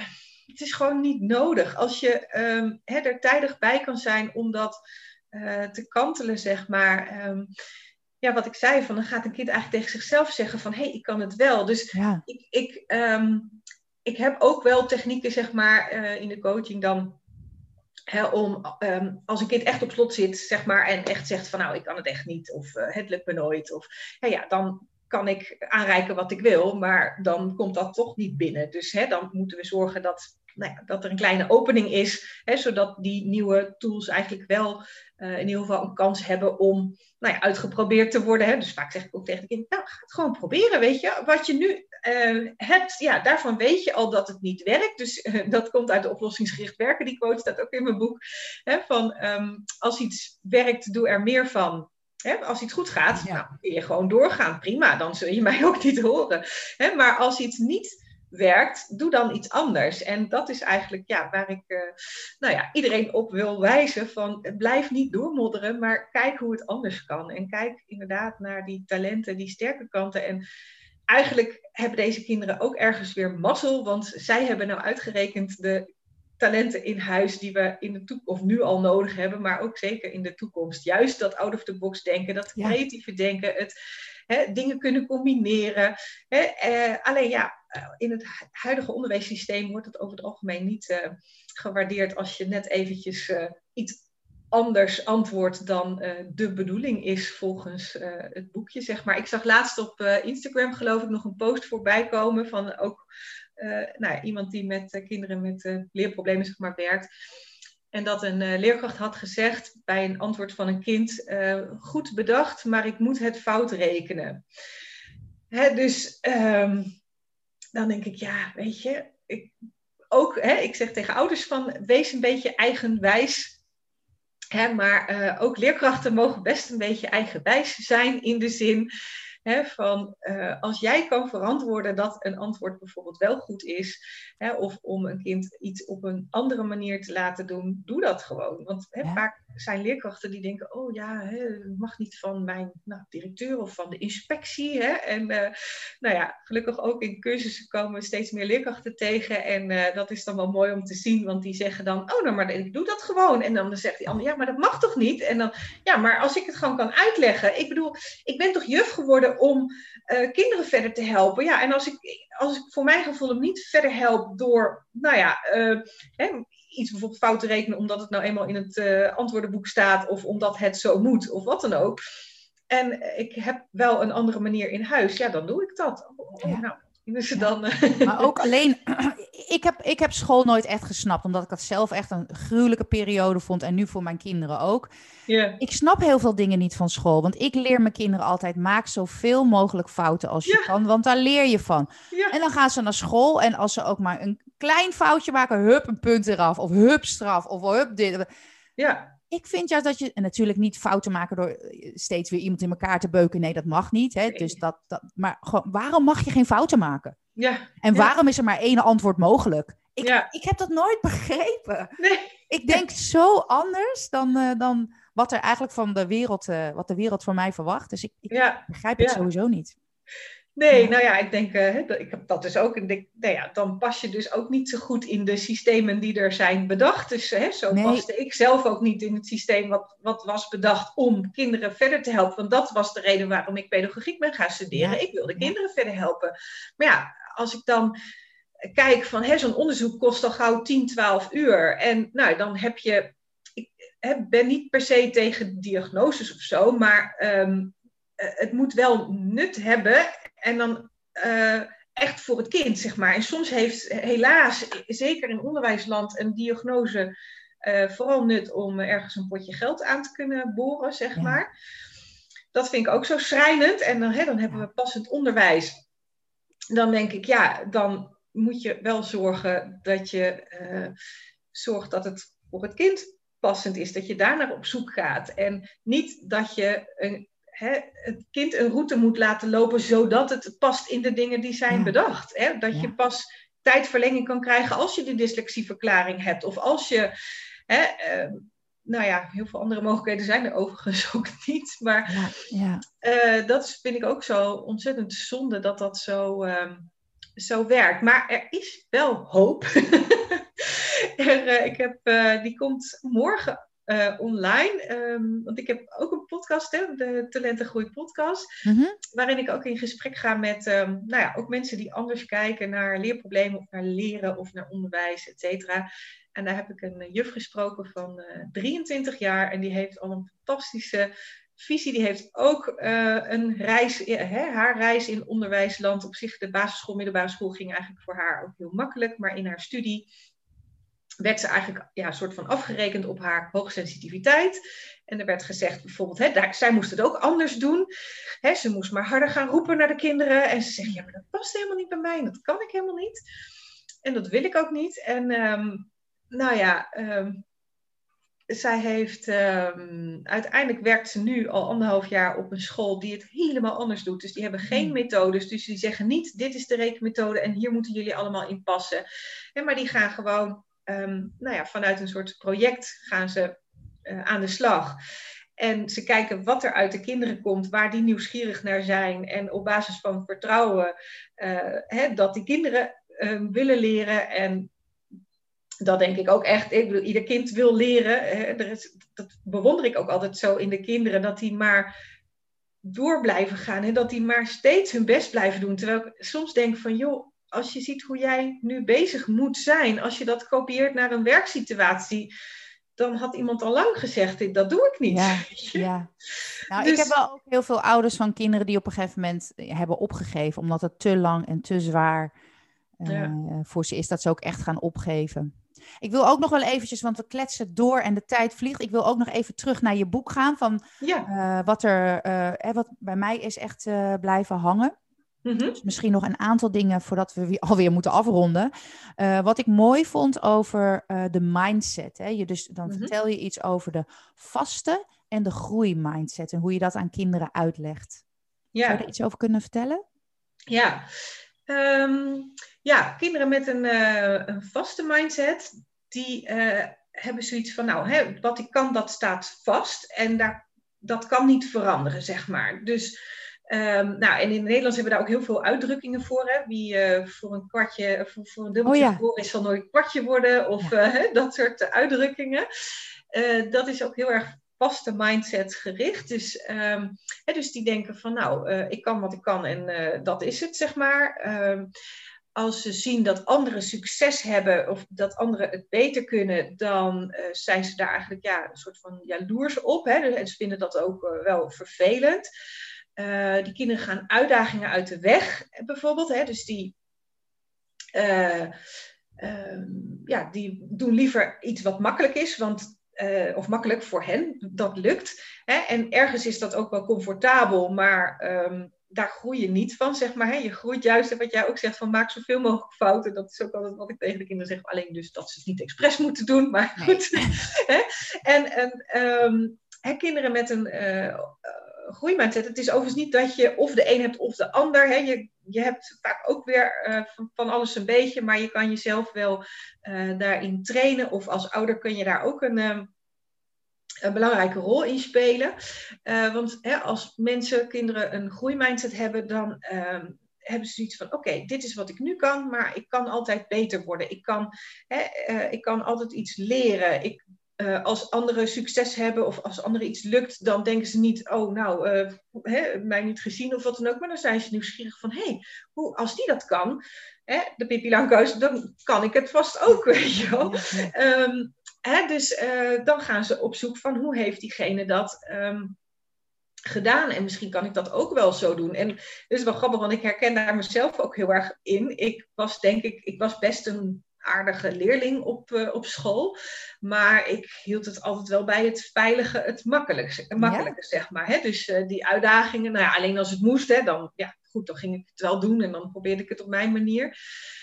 het is gewoon niet nodig. Als je um, hè, er tijdig bij kan zijn om dat uh, te kantelen, zeg maar. Um, ja, wat ik zei, van dan gaat een kind eigenlijk tegen zichzelf zeggen van, hé, hey, ik kan het wel. Dus ja. ik, ik, um, ik heb ook wel technieken, zeg maar, uh, in de coaching dan... He, om um, als een kind echt op slot zit, zeg maar, en echt zegt van nou, ik kan het echt niet, of uh, het lukt me nooit, of ja, ja, dan kan ik aanreiken wat ik wil, maar dan komt dat toch niet binnen. Dus he, dan moeten we zorgen dat, nou ja, dat er een kleine opening is, he, zodat die nieuwe tools eigenlijk wel uh, in ieder geval een kans hebben om nou ja, uitgeprobeerd te worden. He. Dus vaak zeg ik ook tegen de kind, nou, ga het gewoon proberen, weet je. Wat je nu uh, hebt, ja, daarvan weet je al dat het niet werkt. Dus uh, dat komt uit de oplossingsgericht werken, die quote staat ook in mijn boek. He, van, um, als iets werkt, doe er meer van. He, als iets goed gaat, ja. nou, kun je gewoon doorgaan. Prima, dan zul je mij ook niet horen. He, maar als iets niet werkt, doe dan iets anders. En dat is eigenlijk ja, waar ik uh, nou ja, iedereen op wil wijzen van blijf niet doormodderen, maar kijk hoe het anders kan. En kijk inderdaad naar die talenten, die sterke kanten. En eigenlijk hebben deze kinderen ook ergens weer mazzel, want zij hebben nou uitgerekend de talenten in huis die we in de toekomst, of nu al nodig hebben, maar ook zeker in de toekomst. Juist dat out of the box denken, dat creatieve ja. denken, het hè, dingen kunnen combineren. Hè, eh, alleen ja, in het huidige onderwijssysteem wordt het over het algemeen niet uh, gewaardeerd als je net eventjes uh, iets anders antwoordt dan uh, de bedoeling is volgens uh, het boekje, zeg maar. Ik zag laatst op uh, Instagram, geloof ik, nog een post voorbij komen van ook uh, nou, iemand die met uh, kinderen met uh, leerproblemen, zeg maar, werkt. En dat een uh, leerkracht had gezegd bij een antwoord van een kind, uh, goed bedacht, maar ik moet het fout rekenen. Hè, dus um, dan denk ik, ja, weet je, ik, ook, hè, ik zeg tegen ouders van, wees een beetje eigenwijs. Hè, maar uh, ook leerkrachten mogen best een beetje eigenwijs zijn in de zin hè, van uh, als jij kan verantwoorden dat een antwoord bijvoorbeeld wel goed is, hè, of om een kind iets op een andere manier te laten doen, doe dat gewoon. Want hè, ja. vaak zijn leerkrachten die denken, oh ja, hè, het mag niet van mijn nou, directeur of van de inspectie. Hè? En uh, nou ja, gelukkig ook in cursussen komen we steeds meer leerkrachten tegen. En uh, dat is dan wel mooi om te zien, want die zeggen dan, oh nou, maar ik doe dat gewoon. En dan zegt die ander, ja, maar dat mag toch niet? En dan, ja, maar als ik het gewoon kan uitleggen. Ik bedoel, ik ben toch juf geworden om uh, kinderen verder te helpen. Ja, en als ik, als ik voor mijn gevoel hem niet verder help door, nou ja, uh, hè, iets bijvoorbeeld fout te rekenen omdat het nou eenmaal in het uh, antwoordenboek staat of omdat het zo moet of wat dan ook. En ik heb wel een andere manier in huis, ja, dan doe ik dat. Oh, Ja. nou, dus Ja. dan, uh... Maar ook alleen, ik heb, ik heb school nooit echt gesnapt, omdat ik dat zelf echt een gruwelijke periode vond en nu voor mijn kinderen ook. Yeah. Ik snap heel veel dingen niet van school, want ik leer mijn kinderen altijd, maak zoveel mogelijk fouten als je Ja. kan, want daar leer je van. Ja. En dan gaan ze naar school en als ze ook maar een klein foutje maken, hup, een punt eraf, of hup, straf, of hup, dit. Ja. Ik vind juist dat je, en natuurlijk niet fouten maken door steeds weer iemand in elkaar te beuken. Nee, dat mag niet. Hè? Nee. Dus dat, dat, maar gewoon, waarom mag je geen fouten maken? Ja. En ja. waarom is er maar één antwoord mogelijk? Ik, Ja. ik heb dat nooit begrepen. Nee. Ik denk zo anders dan, uh, dan wat er eigenlijk van de wereld, uh, wat de wereld van mij verwacht. Dus ik, ik ja. begrijp het ja. sowieso niet. Nee, ja. nou ja, ik denk, uh, ik heb dat dus ook. En denk, nou ja, dan pas je dus ook niet zo goed in de systemen die er zijn bedacht. Dus hè, zo Nee. paste ik zelf ook niet in het systeem wat, wat was bedacht om kinderen verder te helpen. Want dat was de reden waarom ik pedagogiek ben gaan studeren. Ja. Ik wilde Ja. kinderen verder helpen. Maar ja, als ik dan kijk van hè, zo'n onderzoek kost al gauw tien, twaalf uur. En nou, dan heb je, ik hè, ben niet per se tegen diagnoses of zo, maar um, het moet wel nut hebben en dan uh, echt voor het kind, zeg maar. En soms heeft helaas, zeker in onderwijsland, een diagnose uh, vooral nut om ergens een potje geld aan te kunnen boren, zeg Ja. maar. Dat vind ik ook zo schrijnend. En dan, hè, dan hebben we passend onderwijs. Dan denk ik, ja, dan moet je wel zorgen dat je uh, zorgt dat het voor het kind passend is. Dat je daar naar op zoek gaat. En niet dat je een He, het kind een route moet laten lopen zodat het past in de dingen die zijn ja. bedacht. He, dat ja. je pas tijdverlenging kan krijgen als je de dyslexieverklaring hebt. Of als je, he, uh, nou ja, heel veel andere mogelijkheden zijn er overigens ook niet. Maar ja, ja. Uh, dat vind ik ook zo ontzettend zonde dat dat zo, uh, zo werkt. Maar er is wel hoop. er, uh, ik heb, uh, die komt morgen Uh, online, um, want ik heb ook een podcast, hè, de Talentengroei podcast, mm-hmm. waarin ik ook in gesprek ga met um, nou ja, ook mensen die anders kijken naar leerproblemen of naar leren of naar onderwijs, et cetera. En daar heb ik een juf gesproken van uh, drieëntwintig jaar en die heeft al een fantastische visie. Die heeft ook uh, een reis, ja, hè, haar reis in onderwijsland. Op zich, de basisschool, middelbare school ging eigenlijk voor haar ook heel makkelijk, maar in haar studie werd ze eigenlijk ja, een soort van afgerekend op haar hoogsensitiviteit. En er werd gezegd bijvoorbeeld, hè, daar, zij moest het ook anders doen. Hè, ze moest maar harder gaan roepen naar de kinderen. En ze zegt, ja, maar dat past helemaal niet bij mij. Dat kan ik helemaal niet. En dat wil ik ook niet. En um, nou ja, um, zij heeft, um, uiteindelijk werkt ze nu al anderhalf jaar op een school die het helemaal anders doet. Dus die hebben geen methodes. Dus die zeggen niet, dit is de rekenmethode en hier moeten jullie allemaal in passen. En maar die gaan gewoon Um, nou ja, vanuit een soort project gaan ze uh, aan de slag. En ze kijken wat er uit de kinderen komt, waar die nieuwsgierig naar zijn. En op basis van vertrouwen uh, hè, dat die kinderen uh, willen leren. En dat denk ik ook echt. Ik bedoel, ieder kind wil leren. Hè, er is, dat bewonder ik ook altijd zo in de kinderen. Dat die maar door blijven gaan. En dat die maar steeds hun best blijven doen. Terwijl ik soms denk van, joh, als je ziet hoe jij nu bezig moet zijn, als je dat kopieert naar een werksituatie, dan had iemand al lang gezegd, dat doe ik niet. Ja, ja. Nou, dus, ik heb wel ook heel veel ouders van kinderen die op een gegeven moment hebben opgegeven, omdat het te lang en te zwaar uh, ja. voor ze is, dat ze ook echt gaan opgeven. Ik wil ook nog wel eventjes, want we kletsen door en de tijd vliegt. Ik wil ook nog even terug naar je boek gaan, van ja. uh, wat er uh, wat bij mij is echt uh, blijven hangen. Mm-hmm. Dus misschien nog een aantal dingen voordat we weer, alweer moeten afronden. Uh, wat ik mooi vond over uh, de mindset. Hè? Je dus, dan mm-hmm. vertel je iets over de vaste en de groeimindset. En hoe je dat aan kinderen uitlegt. Ja. Zou je er iets over kunnen vertellen? Ja, um, ja kinderen met een, uh, een vaste mindset, die uh, hebben zoiets van, nou, hè, wat ik kan, dat staat vast. En daar, dat kan niet veranderen, zeg maar. Dus, um, nou, en in het Nederlands hebben we daar ook heel veel uitdrukkingen voor. Hè? Wie uh, voor een kwartje, voor, voor een dubbeltje oh, ja. voor is, zal nooit een kwartje worden. Of ja. uh, dat soort uh, uitdrukkingen. Uh, dat is ook heel erg vaste mindset gericht. Dus, um, hè, dus die denken van, nou, uh, ik kan wat ik kan en uh, dat is het, zeg maar. Um, Als ze zien dat anderen succes hebben of dat anderen het beter kunnen, dan uh, zijn ze daar eigenlijk ja, een soort van jaloers op. Hè? En ze vinden dat ook uh, wel vervelend. Uh, die kinderen gaan uitdagingen uit de weg, bijvoorbeeld. Hè? Dus die, uh, uh, ja, die doen liever iets wat makkelijk is, want, uh, of makkelijk voor hen, dat lukt. Hè? En ergens is dat ook wel comfortabel, maar... Um, daar groei je niet van, zeg maar. Hè? Je groeit juist, wat jij ook zegt, van maak zoveel mogelijk fouten. Dat is ook altijd wat ik tegen de kinderen zeg. Alleen dus dat ze het niet expres moeten doen, maar goed. Nee. Hè? En, en um, hè, kinderen met een uh, uh, groeimindset, het is overigens niet dat je of de een hebt of de ander. Hè? Je, je hebt vaak ook weer uh, van, van alles een beetje, maar je kan jezelf wel uh, daarin trainen. Of als ouder kun je daar ook een... Uh, een belangrijke rol in spelen. Uh, want hè, als mensen, kinderen een groeimindset hebben, dan uh, hebben ze zoiets van, oké, okay, dit is wat ik nu kan, maar ik kan altijd beter worden. Ik kan, hè, uh, ik kan altijd iets leren. Ik, uh, als anderen succes hebben of als anderen iets lukt, dan denken ze niet, oh nou, uh, hè, mij niet gezien of wat dan ook, maar dan zijn ze nieuwsgierig van, hé, hey, hoe, als die dat kan, hè, de Pippi Langkous, dan kan ik het vast ook, weet je wel. Um, He, dus uh, dan gaan ze op zoek van hoe heeft diegene dat um, gedaan. En misschien kan ik dat ook wel zo doen. En dat is wel grappig, want ik herken daar mezelf ook heel erg in. Ik was denk ik, ik was best een aardige leerling op, uh, op school. Maar ik hield het altijd wel bij het veilige, het makkelijke, makkelijke ja. zeg maar. Hè? Dus uh, die uitdagingen, nou ja, alleen als het moest, hè, dan, ja, goed, dan ging ik het wel doen. En dan probeerde ik het op mijn manier.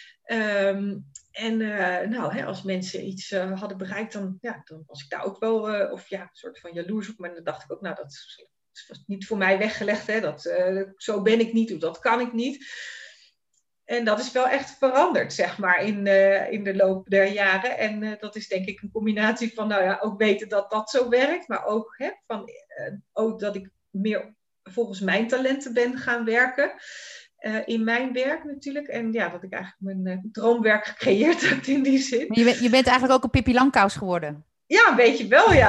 Um, En uh, nou, hè, als mensen iets uh, hadden bereikt, dan, ja, dan was ik daar ook wel, uh, of ja, een soort van jaloers op. Maar dan dacht ik ook, nou, dat was niet voor mij weggelegd. Hè, dat, uh, zo ben ik niet, of dat kan ik niet. En dat is wel echt veranderd, zeg maar, in, uh, in de loop der jaren. En uh, dat is denk ik een combinatie van, nou ja, ook weten dat dat zo werkt. Maar ook, hè, van, uh, ook dat ik meer volgens mijn talenten ben gaan werken. Uh, in mijn werk natuurlijk. En ja, dat ik eigenlijk mijn uh, droomwerk gecreëerd heb in die zin. Maar je, bent, je bent eigenlijk ook een Pippi Langkous geworden. Ja, een beetje wel, ja.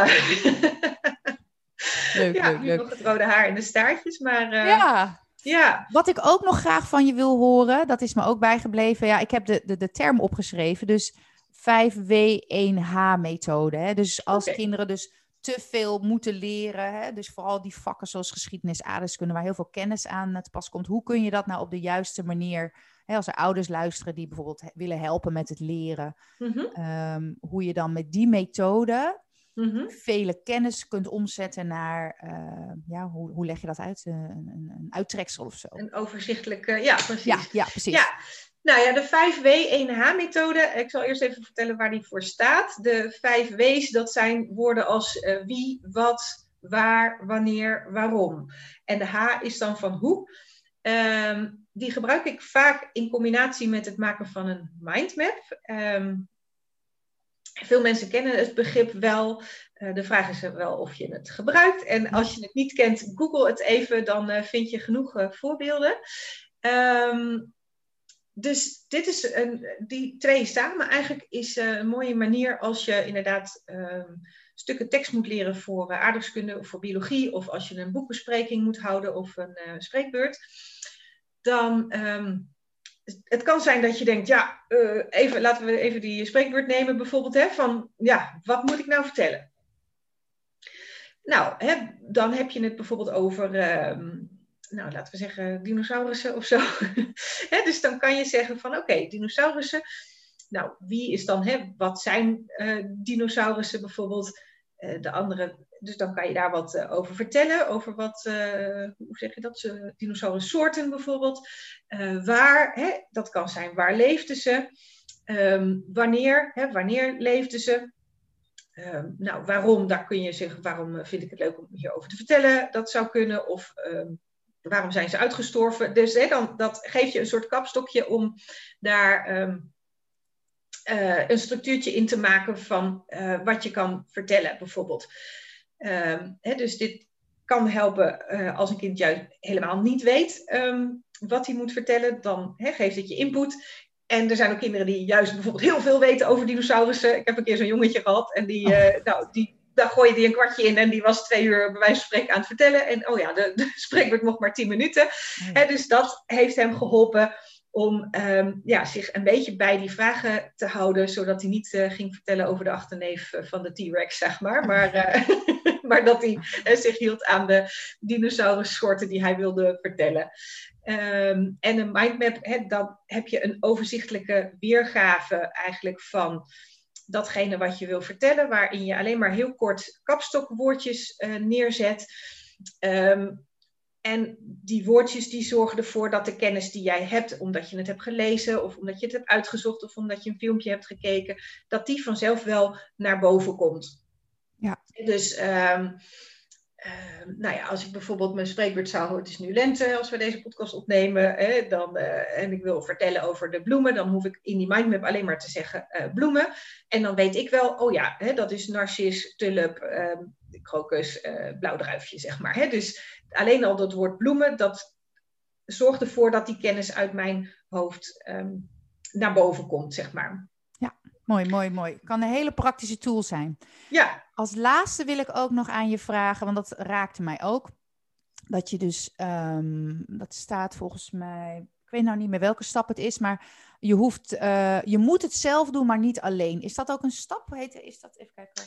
Leuk, ja, leuk, nu leuk. nog het rode haar en de staartjes, maar... Uh, ja. ja. Wat ik ook nog graag van je wil horen, dat is me ook bijgebleven. Ja, ik heb de, de, de term opgeschreven. Dus vijf W één H methode. Hè? Dus als okay. kinderen dus... te veel moeten leren. Hè? Dus vooral die vakken zoals geschiedenis, aardrijkskunde, waar heel veel kennis aan te pas komt. Hoe kun je dat nou op de juiste manier, hè, als er ouders luisteren die bijvoorbeeld willen helpen met het leren, mm-hmm. um, hoe je dan met die methode mm-hmm. vele kennis kunt omzetten naar, uh, ja, hoe, hoe leg je dat uit? Een, een, een uittreksel of zo. Een overzichtelijke, ja, precies. Ja, ja precies. Ja. Nou ja, de vijf W één H methode, ik zal eerst even vertellen waar die voor staat. De vijf W's, dat zijn woorden als uh, wie, wat, waar, wanneer, waarom. En de H is dan van hoe. Um, die gebruik ik vaak in combinatie met het maken van een mindmap. Um, veel mensen kennen het begrip wel. Uh, de vraag is wel of je het gebruikt. En als je het niet kent, google het even, dan uh, vind je genoeg uh, voorbeelden. Um, Dus dit is een, die twee samen eigenlijk is een mooie manier als je inderdaad um, stukken tekst moet leren voor uh, aardrijkskunde of voor biologie, of als je een boekbespreking moet houden of een uh, spreekbeurt. Dan, um, het kan zijn dat je denkt, ja, uh, even, laten we even die spreekbeurt nemen bijvoorbeeld, hè, van ja, wat moet ik nou vertellen? Nou, hè, dan heb je het bijvoorbeeld over... Um, nou, laten we zeggen dinosaurussen of zo. He, dus dan kan je zeggen van, oké, okay, dinosaurussen. Nou, wie is dan, hè, wat zijn uh, dinosaurussen bijvoorbeeld? Uh, de andere, dus dan kan je daar wat uh, over vertellen. Over wat, uh, hoe zeg je dat? Uh, dinosaurussoorten bijvoorbeeld. Uh, waar, hè, dat kan zijn, waar leefden ze? Um, wanneer, hè, wanneer leefden ze? Um, nou, waarom? Daar kun je zeggen, waarom vind ik het leuk om hierover te vertellen? Dat zou kunnen. Of... Um, waarom zijn ze uitgestorven? Dus hè, dan, dat geeft je een soort kapstokje om daar um, uh, een structuurtje in te maken van uh, wat je kan vertellen, bijvoorbeeld. Um, hè, dus dit kan helpen uh, als een kind juist helemaal niet weet um, wat hij moet vertellen. Dan hè, geeft het je input. En er zijn ook kinderen die juist bijvoorbeeld heel veel weten over dinosaurussen. Ik heb een keer zo'n jongetje gehad en die, uh, nou, die, daar gooide hij een kwartje in en die was twee uur bij wijze van spreken aan het vertellen. En oh ja, de, de spreekbeurt mocht maar tien minuten. Oh ja. Hè, dus dat heeft hem geholpen om um, ja, zich een beetje bij die vragen te houden, zodat hij niet uh, ging vertellen over de achterneef van de T-Rex, zeg maar. Maar, uh, maar dat hij uh, zich hield aan de dinosaurussoorten die hij wilde vertellen. Um, en een mindmap, he, dan heb je een overzichtelijke weergave eigenlijk van datgene wat je wil vertellen, waarin je alleen maar heel kort kapstokwoordjes uh, neerzet. Um, en die woordjes die zorgen ervoor dat de kennis die jij hebt, omdat je het hebt gelezen of omdat je het hebt uitgezocht of omdat je een filmpje hebt gekeken, dat die vanzelf wel naar boven komt. Ja. Dus um, Uh, nou ja, als ik bijvoorbeeld mijn spreekbeurt zou houden, het is nu lente als we deze podcast opnemen, hè, dan, uh, en ik wil vertellen over de bloemen, dan hoef ik in die mindmap alleen maar te zeggen uh, bloemen. En dan weet ik wel, oh ja, hè, dat is narcis, tulp, uh, krokus, uh, blauwdruifje, zeg maar. Hè. Dus alleen al dat woord bloemen, dat zorgt ervoor dat die kennis uit mijn hoofd um, naar boven komt, zeg maar. Ja, mooi, mooi, mooi. Kan een hele praktische tool zijn. Ja. Als laatste wil ik ook nog aan je vragen, want dat raakte mij ook. Dat je dus, um, dat staat volgens mij, ik weet nou niet meer welke stap het is, maar je hoeft, uh, je moet het zelf doen, maar niet alleen. Is dat ook een stap? Heet, is dat, even kijken.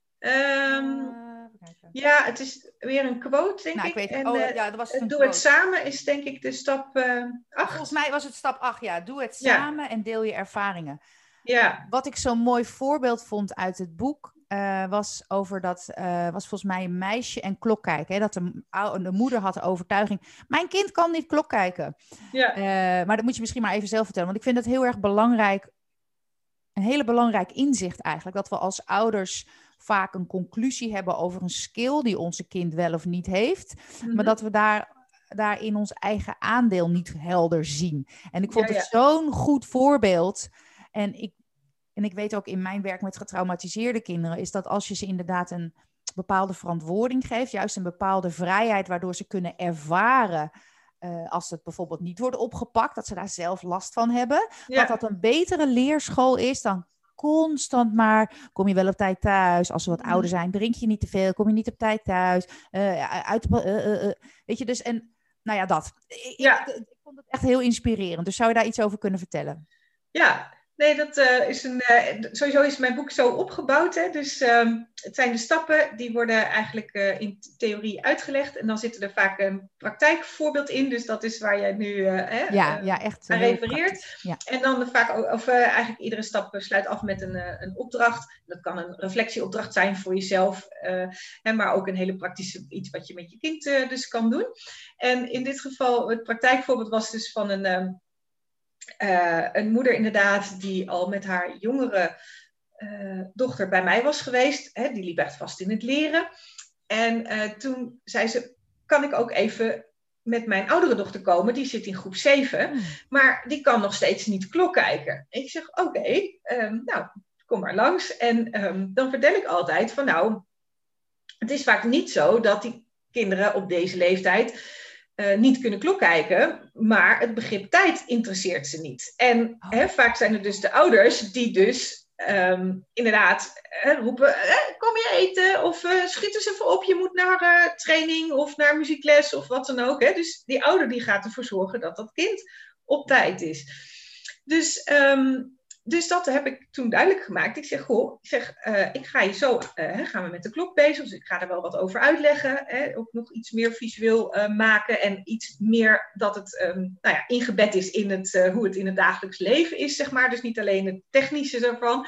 Um, uh, kijken. Ja, het is weer een quote, denk nou, ik. ik. Weet, en, oh, uh, ja, dat was het doe quote. Het samen is denk ik de stap uh, acht. Volgens mij was het stap acht, ja. Doe het ja. samen en deel je ervaringen. Ja. Wat ik zo'n mooi voorbeeld vond uit het boek, Uh, was over dat, uh, was volgens mij een meisje en klok kijken. Hè? Dat de, de moeder had de overtuiging, mijn kind kan niet klok kijken. Ja. Uh, maar dat moet je misschien maar even zelf vertellen. Want ik vind het heel erg belangrijk, een hele belangrijk inzicht eigenlijk, dat we als ouders vaak een conclusie hebben over een skill die onze kind wel of niet heeft. Mm-hmm. Maar dat we daar, daarin ons eigen aandeel niet helder zien. En ik vond ja, ja. het zo'n goed voorbeeld. En ik En ik weet ook in mijn werk met getraumatiseerde kinderen, is dat als je ze inderdaad een bepaalde verantwoording geeft, juist een bepaalde vrijheid, waardoor ze kunnen ervaren, uh, als het bijvoorbeeld niet wordt opgepakt, dat ze daar zelf last van hebben, ja. dat dat een betere leerschool is dan constant maar, kom je wel op tijd thuis, als ze wat ouder zijn, drink je niet te veel, kom je niet op tijd thuis, uh, uit, uh, uh, uh, weet je, dus en, nou ja, dat. Ik, ja. ik, ik vond het echt heel inspirerend, dus zou je daar iets over kunnen vertellen? Ja. Nee, dat uh, is een. Uh, sowieso is mijn boek zo opgebouwd. Hè? Dus um, het zijn de stappen die worden eigenlijk uh, in theorie uitgelegd. En dan zit er vaak een praktijkvoorbeeld in. Dus dat is waar jij nu uh, ja, uh, ja, echt, aan refereert. Ja. En dan vaak, of uh, eigenlijk iedere stap sluit af met een, uh, een opdracht. Dat kan een reflectieopdracht zijn voor jezelf. Uh, hè, maar ook een hele praktische iets wat je met je kind uh, dus kan doen. En in dit geval, het praktijkvoorbeeld was dus van een. Um, Uh, een moeder inderdaad die al met haar jongere uh, dochter bij mij was geweest. Hè, die liep echt vast in het leren. En uh, toen zei ze, kan ik ook even met mijn oudere dochter komen? Die zit in groep zeven, hmm. maar die kan nog steeds niet klok kijken. En ik zeg, oké, okay, um, nou, kom maar langs. En um, dan vertel ik altijd van nou, het is vaak niet zo dat die kinderen op deze leeftijd Uh, niet kunnen klok kijken, maar het begrip tijd interesseert ze niet. En oh. hè, vaak zijn het dus de ouders die dus um, inderdaad uh, roepen, uh, kom je eten? Of uh, schiet eens even op, je moet naar uh, training of naar muziekles of wat dan ook. Hè? Dus die ouder die gaat ervoor zorgen dat dat kind op tijd is. Dus... Um, Dus dat heb ik toen duidelijk gemaakt. Ik zeg, goh, ik, zeg, uh, ik ga je zo, uh, gaan we met de klok bezig. Dus ik ga er wel wat over uitleggen. Hè, ook nog iets meer visueel uh, maken. En iets meer dat het um, nou ja, ingebed is in het, uh, hoe het in het dagelijks leven is, zeg maar. Dus niet alleen het technische ervan.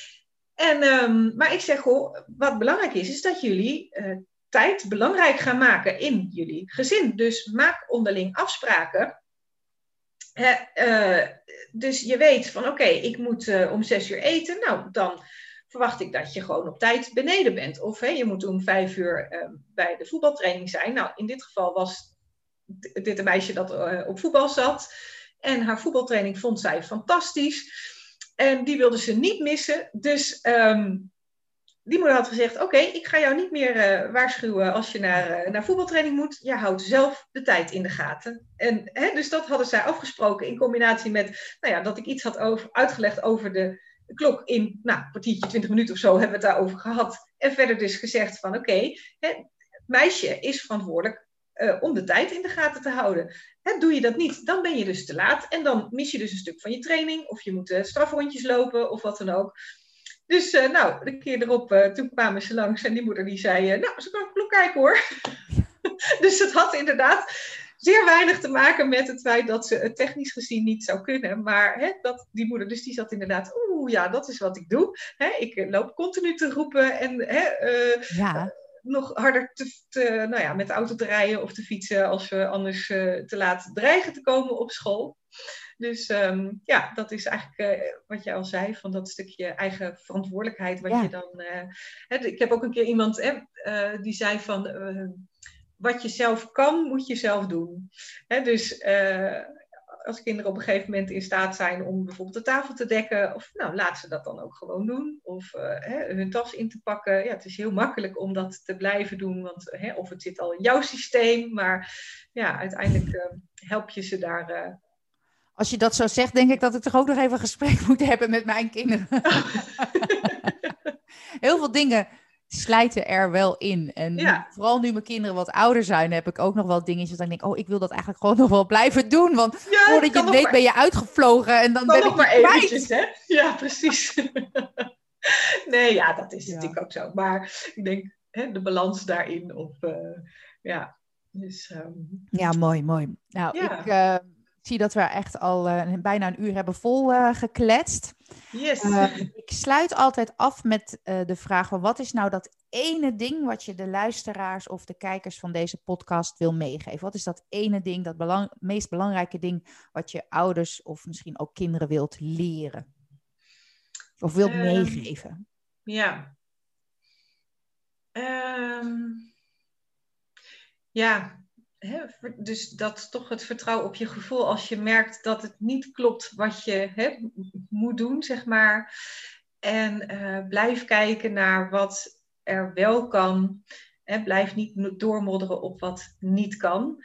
En, um, maar ik zeg, goh, wat belangrijk is, is dat jullie uh, tijd belangrijk gaan maken in jullie gezin. Dus maak onderling afspraken. He, uh, dus je weet van oké, okay, ik moet uh, om zes uur eten. Nou, dan verwacht ik dat je gewoon op tijd beneden bent. Of hey, je moet om vijf uur uh, bij de voetbaltraining zijn. Nou, in dit geval was d- dit een meisje dat uh, op voetbal zat. En haar voetbaltraining vond zij fantastisch. En die wilde ze niet missen. Dus um, die moeder had gezegd, oké, okay, ik ga jou niet meer uh, waarschuwen als je naar, uh, naar voetbaltraining moet. Je houdt zelf de tijd in de gaten. En, hè, dus dat hadden zij afgesproken in combinatie met, nou ja, dat ik iets had over, uitgelegd over de, de klok in, nou, een kwartiertje, twintig minuten of zo hebben we het daarover gehad. En verder dus gezegd van, oké, okay, het meisje is verantwoordelijk uh, om de tijd in de gaten te houden. Hè, doe je dat niet, dan ben je dus te laat. En dan mis je dus een stuk van je training. Of je moet uh, strafrondjes lopen of wat dan ook. Dus uh, nou, de keer erop, uh, toen kwamen ze langs en die moeder die zei, uh, nou, ze kan op de klok kijken hoor. Dus het had inderdaad zeer weinig te maken met het feit dat ze het technisch gezien niet zou kunnen. Maar hè, dat, die moeder, dus die zat inderdaad, oeh ja, dat is wat ik doe. Hè, ik uh, loop continu te roepen en hè, uh, ja. nog harder te, te, nou ja, met de auto te rijden of te fietsen als we anders uh, te laat dreigen te komen op school. Dus um, ja, dat is eigenlijk uh, wat jij al zei, van dat stukje eigen verantwoordelijkheid. Wat ja. je dan, uh, hè, ik heb ook een keer iemand hè, uh, die zei van, uh, wat je zelf kan, moet je zelf doen. Hè, dus uh, als kinderen op een gegeven moment in staat zijn om bijvoorbeeld de tafel te dekken, of nou, laat ze dat dan ook gewoon doen. Of uh, hè, hun tas in te pakken. Ja, het is heel makkelijk om dat te blijven doen, want hè, of het zit al in jouw systeem, maar ja, uiteindelijk uh, help je ze daar... Uh, Als je dat zo zegt, denk ik dat ik toch ook nog even een gesprek moet hebben met mijn kinderen. Heel veel dingen slijten er wel in. En ja. vooral nu mijn kinderen wat ouder zijn, heb ik ook nog wel dingetjes dat ik denk, oh, ik wil dat eigenlijk gewoon nog wel blijven doen. Want ja, voordat je het weet, maar... ben je uitgevlogen en dan ben ik maar eventjes, hè? Ja, precies. Nee, ja, dat is ja. natuurlijk ook zo. Maar ik denk, hè, de balans daarin. Of, uh, ja, dus, um... ja, mooi, mooi. Nou, ja. ik... Uh... Ik zie dat we echt al uh, bijna een uur hebben vol uh, gekletst. Yes. Uh, ik sluit altijd af met uh, de vraag van wat is nou dat ene ding wat je de luisteraars of de kijkers van deze podcast wil meegeven? Wat is dat ene ding, dat belang, meest belangrijke ding wat je ouders of misschien ook kinderen wilt leren? Of wilt um, meegeven? Ja. Um, ja. He, dus dat toch het vertrouwen op je gevoel als je merkt dat het niet klopt wat je he, moet doen, zeg maar. En uh, blijf kijken naar wat er wel kan. He, blijf niet doormodderen op wat niet kan.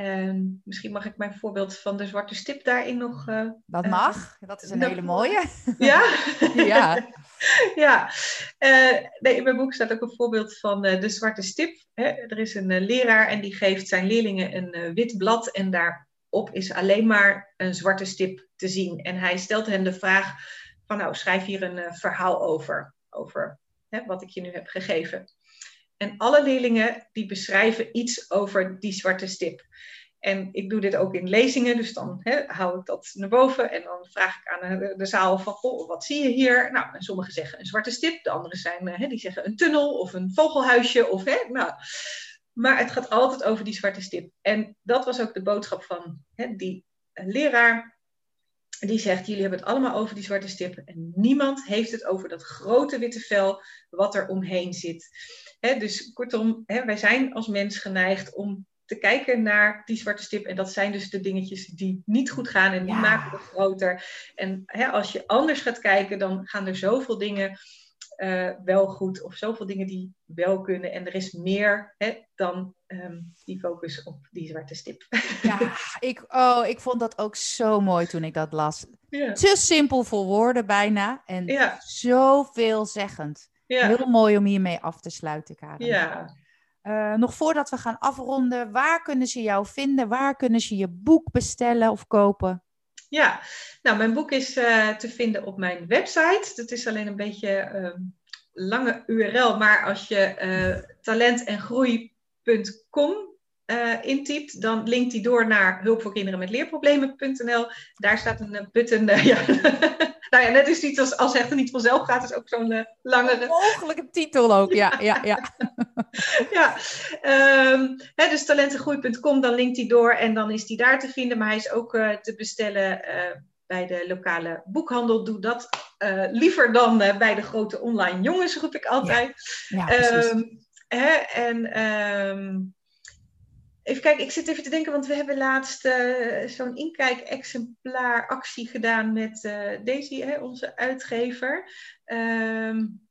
En misschien mag ik mijn voorbeeld van de zwarte stip daarin nog... Uh, dat mag, uh, dat is een uh, hele mooie. Ja? Ja. Ja, uh, nee, in mijn boek staat ook een voorbeeld van uh, de zwarte stip. Hè. Er is een uh, leraar en die geeft zijn leerlingen een uh, wit blad en daarop is alleen maar een zwarte stip te zien. En hij stelt hen de vraag van nou, schrijf hier een uh, verhaal over, over hè, wat ik je nu heb gegeven. En alle leerlingen die beschrijven iets over die zwarte stip. En ik doe dit ook in lezingen, dus dan hè, hou ik dat naar boven en dan vraag ik aan de, de zaal van, goh, wat zie je hier? Nou, en sommigen zeggen een zwarte stip, de anderen zijn, hè, die zeggen een tunnel of een vogelhuisje. Of, hè, nou. Maar het gaat altijd over die zwarte stip. En dat was ook de boodschap van hè, die leraar. Die zegt, jullie hebben het allemaal over die zwarte stip en niemand heeft het over dat grote witte vel wat er omheen zit. Hè, dus kortom, hè, wij zijn als mens geneigd om te kijken naar die zwarte stip. En dat zijn dus de dingetjes die niet goed gaan en die ja. maken het groter. En hè, als je anders gaat kijken, dan gaan er zoveel dingen uh, wel goed. Of zoveel dingen die wel kunnen. En er is meer hè, dan um, die focus op die zwarte stip. Ja, ik, oh, ik vond dat ook zo mooi toen ik dat las. Ja. Te simpel voor woorden bijna. En ja. zo veelzeggend. Ja. Heel mooi om hiermee af te sluiten, Karen. Ja. Uh, nog voordat we gaan afronden, waar kunnen ze jou vinden? Waar kunnen ze je boek bestellen of kopen? Ja, nou mijn boek is uh, te vinden op mijn website. Dat is alleen een beetje uh, lange U R L, maar als je uh, talent en groei punt com uh, intypt, dan linkt die door naar hulp voor kinderen met leerproblemen punt n l. Daar staat een uh, button. Uh, ja. Nou ja, net is niet als, als echt er niet vanzelf gaat, is ook zo'n uh, langere... Mogelijke titel ook, ja. ja, ja. ja, um, hè, dus talent en groei punt com, dan linkt hij door en dan is hij daar te vinden. Maar hij is ook uh, te bestellen uh, bij de lokale boekhandel. Doe dat uh, liever dan uh, bij de grote online jongens, roep ik altijd. Ja, ja, precies. Um, hè, en... Um, even kijken, ik zit even te denken, want we hebben laatst uh, zo'n inkijk-exemplaar actie gedaan met uh, Daisy, hè, onze uitgever. Um,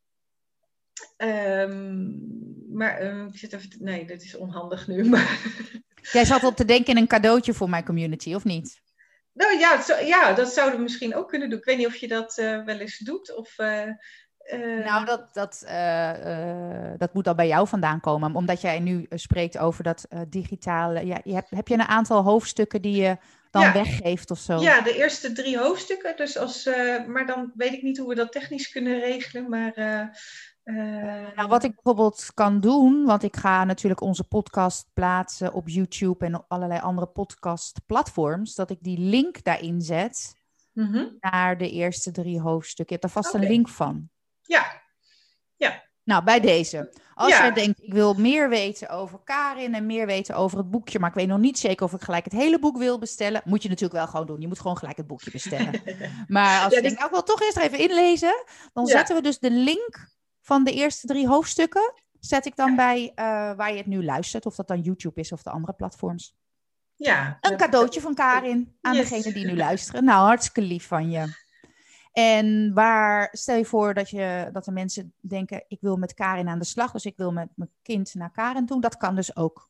um, maar um, ik zit even te, nee, dat is onhandig nu. Maar Jij zat op te denken in een cadeautje voor mijn community, of niet? Nou ja, zo, ja, dat zouden we misschien ook kunnen doen. Ik weet niet of je dat uh, wel eens doet. Of, uh, uh... Nou, dat, dat, uh, uh, dat moet al bij jou vandaan komen. Omdat jij nu uh, spreekt over dat uh, digitale... Ja, je hebt, heb je een aantal hoofdstukken die je dan ja. weggeeft of zo? Ja, de eerste drie hoofdstukken. Dus als, uh, maar dan weet ik niet hoe we dat technisch kunnen regelen. Maar... Uh, Uh, nou, wat ik bijvoorbeeld kan doen, want ik ga natuurlijk onze podcast plaatsen op YouTube en op allerlei andere podcastplatforms, dat ik die link daarin zet mm-hmm. naar de eerste drie hoofdstukken. Je hebt daar vast okay. een link van. Ja. Ja. Nou, bij deze. Als ja. jij denkt, ik wil meer weten over Karin en meer weten over het boekje, maar ik weet nog niet zeker of ik gelijk het hele boek wil bestellen, moet je natuurlijk wel gewoon doen. Je moet gewoon gelijk het boekje bestellen. Maar als ja, je dus... denkt, nou, ik wil toch eerst even inlezen, dan ja. zetten we dus de link van de eerste drie hoofdstukken, zet ik dan bij uh, waar je het nu luistert, of dat dan YouTube is of de andere platforms. Ja. Een cadeautje van Karin aan yes. degene die nu luisteren. Nou, hartstikke lief van je. En waar, stel je voor dat, je, dat de mensen denken, ik wil met Karin aan de slag, dus ik wil met mijn kind naar Karin toe. Dat kan dus ook.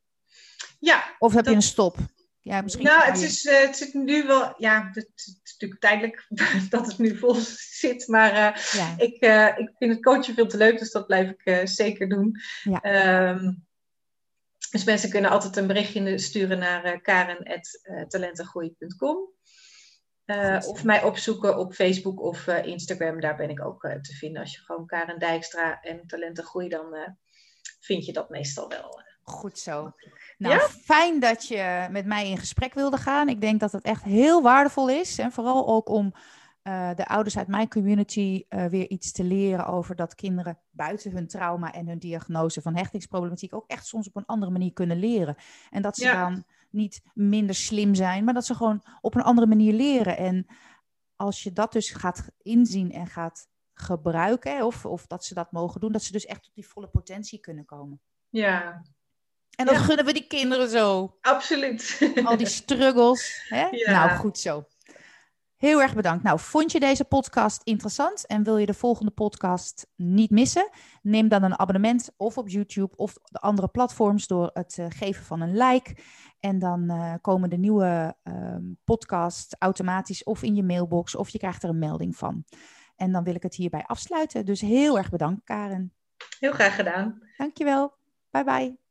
Ja. Of heb dat... je een stop? Ja, misschien nou, het je... is, uh, het zit nu wel, ja, het, het is natuurlijk tijdelijk dat het nu vol zit, maar uh, ja. ik, uh, ik vind het coachen veel te leuk, dus dat blijf ik uh, zeker doen. Ja. Um, dus mensen kunnen altijd een berichtje sturen naar uh, karen at talentengroei punt com. Uh, of mij opzoeken op Facebook of uh, Instagram, daar ben ik ook uh, te vinden. Als je gewoon Karen Dijkstra en Talentengroei, dan uh, vind je dat meestal wel. Uh, Goed zo. Nou, ja? Fijn dat je met mij in gesprek wilde gaan. Ik denk dat het echt heel waardevol is. En vooral ook om uh, de ouders uit mijn community uh, weer iets te leren over dat kinderen buiten hun trauma en hun diagnose van hechtingsproblematiek ook echt soms op een andere manier kunnen leren. En dat ze ja. dan niet minder slim zijn, maar dat ze gewoon op een andere manier leren. En als je dat dus gaat inzien en gaat gebruiken, of, of dat ze dat mogen doen, dat ze dus echt tot die volle potentie kunnen komen. Ja. En dat ja. gunnen we die kinderen zo. Absoluut. Al die struggles. Hè? Ja. Nou, goed zo. Heel erg bedankt. Nou, vond je deze podcast interessant en wil je de volgende podcast niet missen? Neem dan een abonnement of op YouTube of de andere platforms door het uh, geven van een like. En dan uh, komen de nieuwe uh, podcasts automatisch of in je mailbox of je krijgt er een melding van. En dan wil ik het hierbij afsluiten. Dus heel erg bedankt, Karen. Heel graag gedaan. Dankjewel. Bye bye.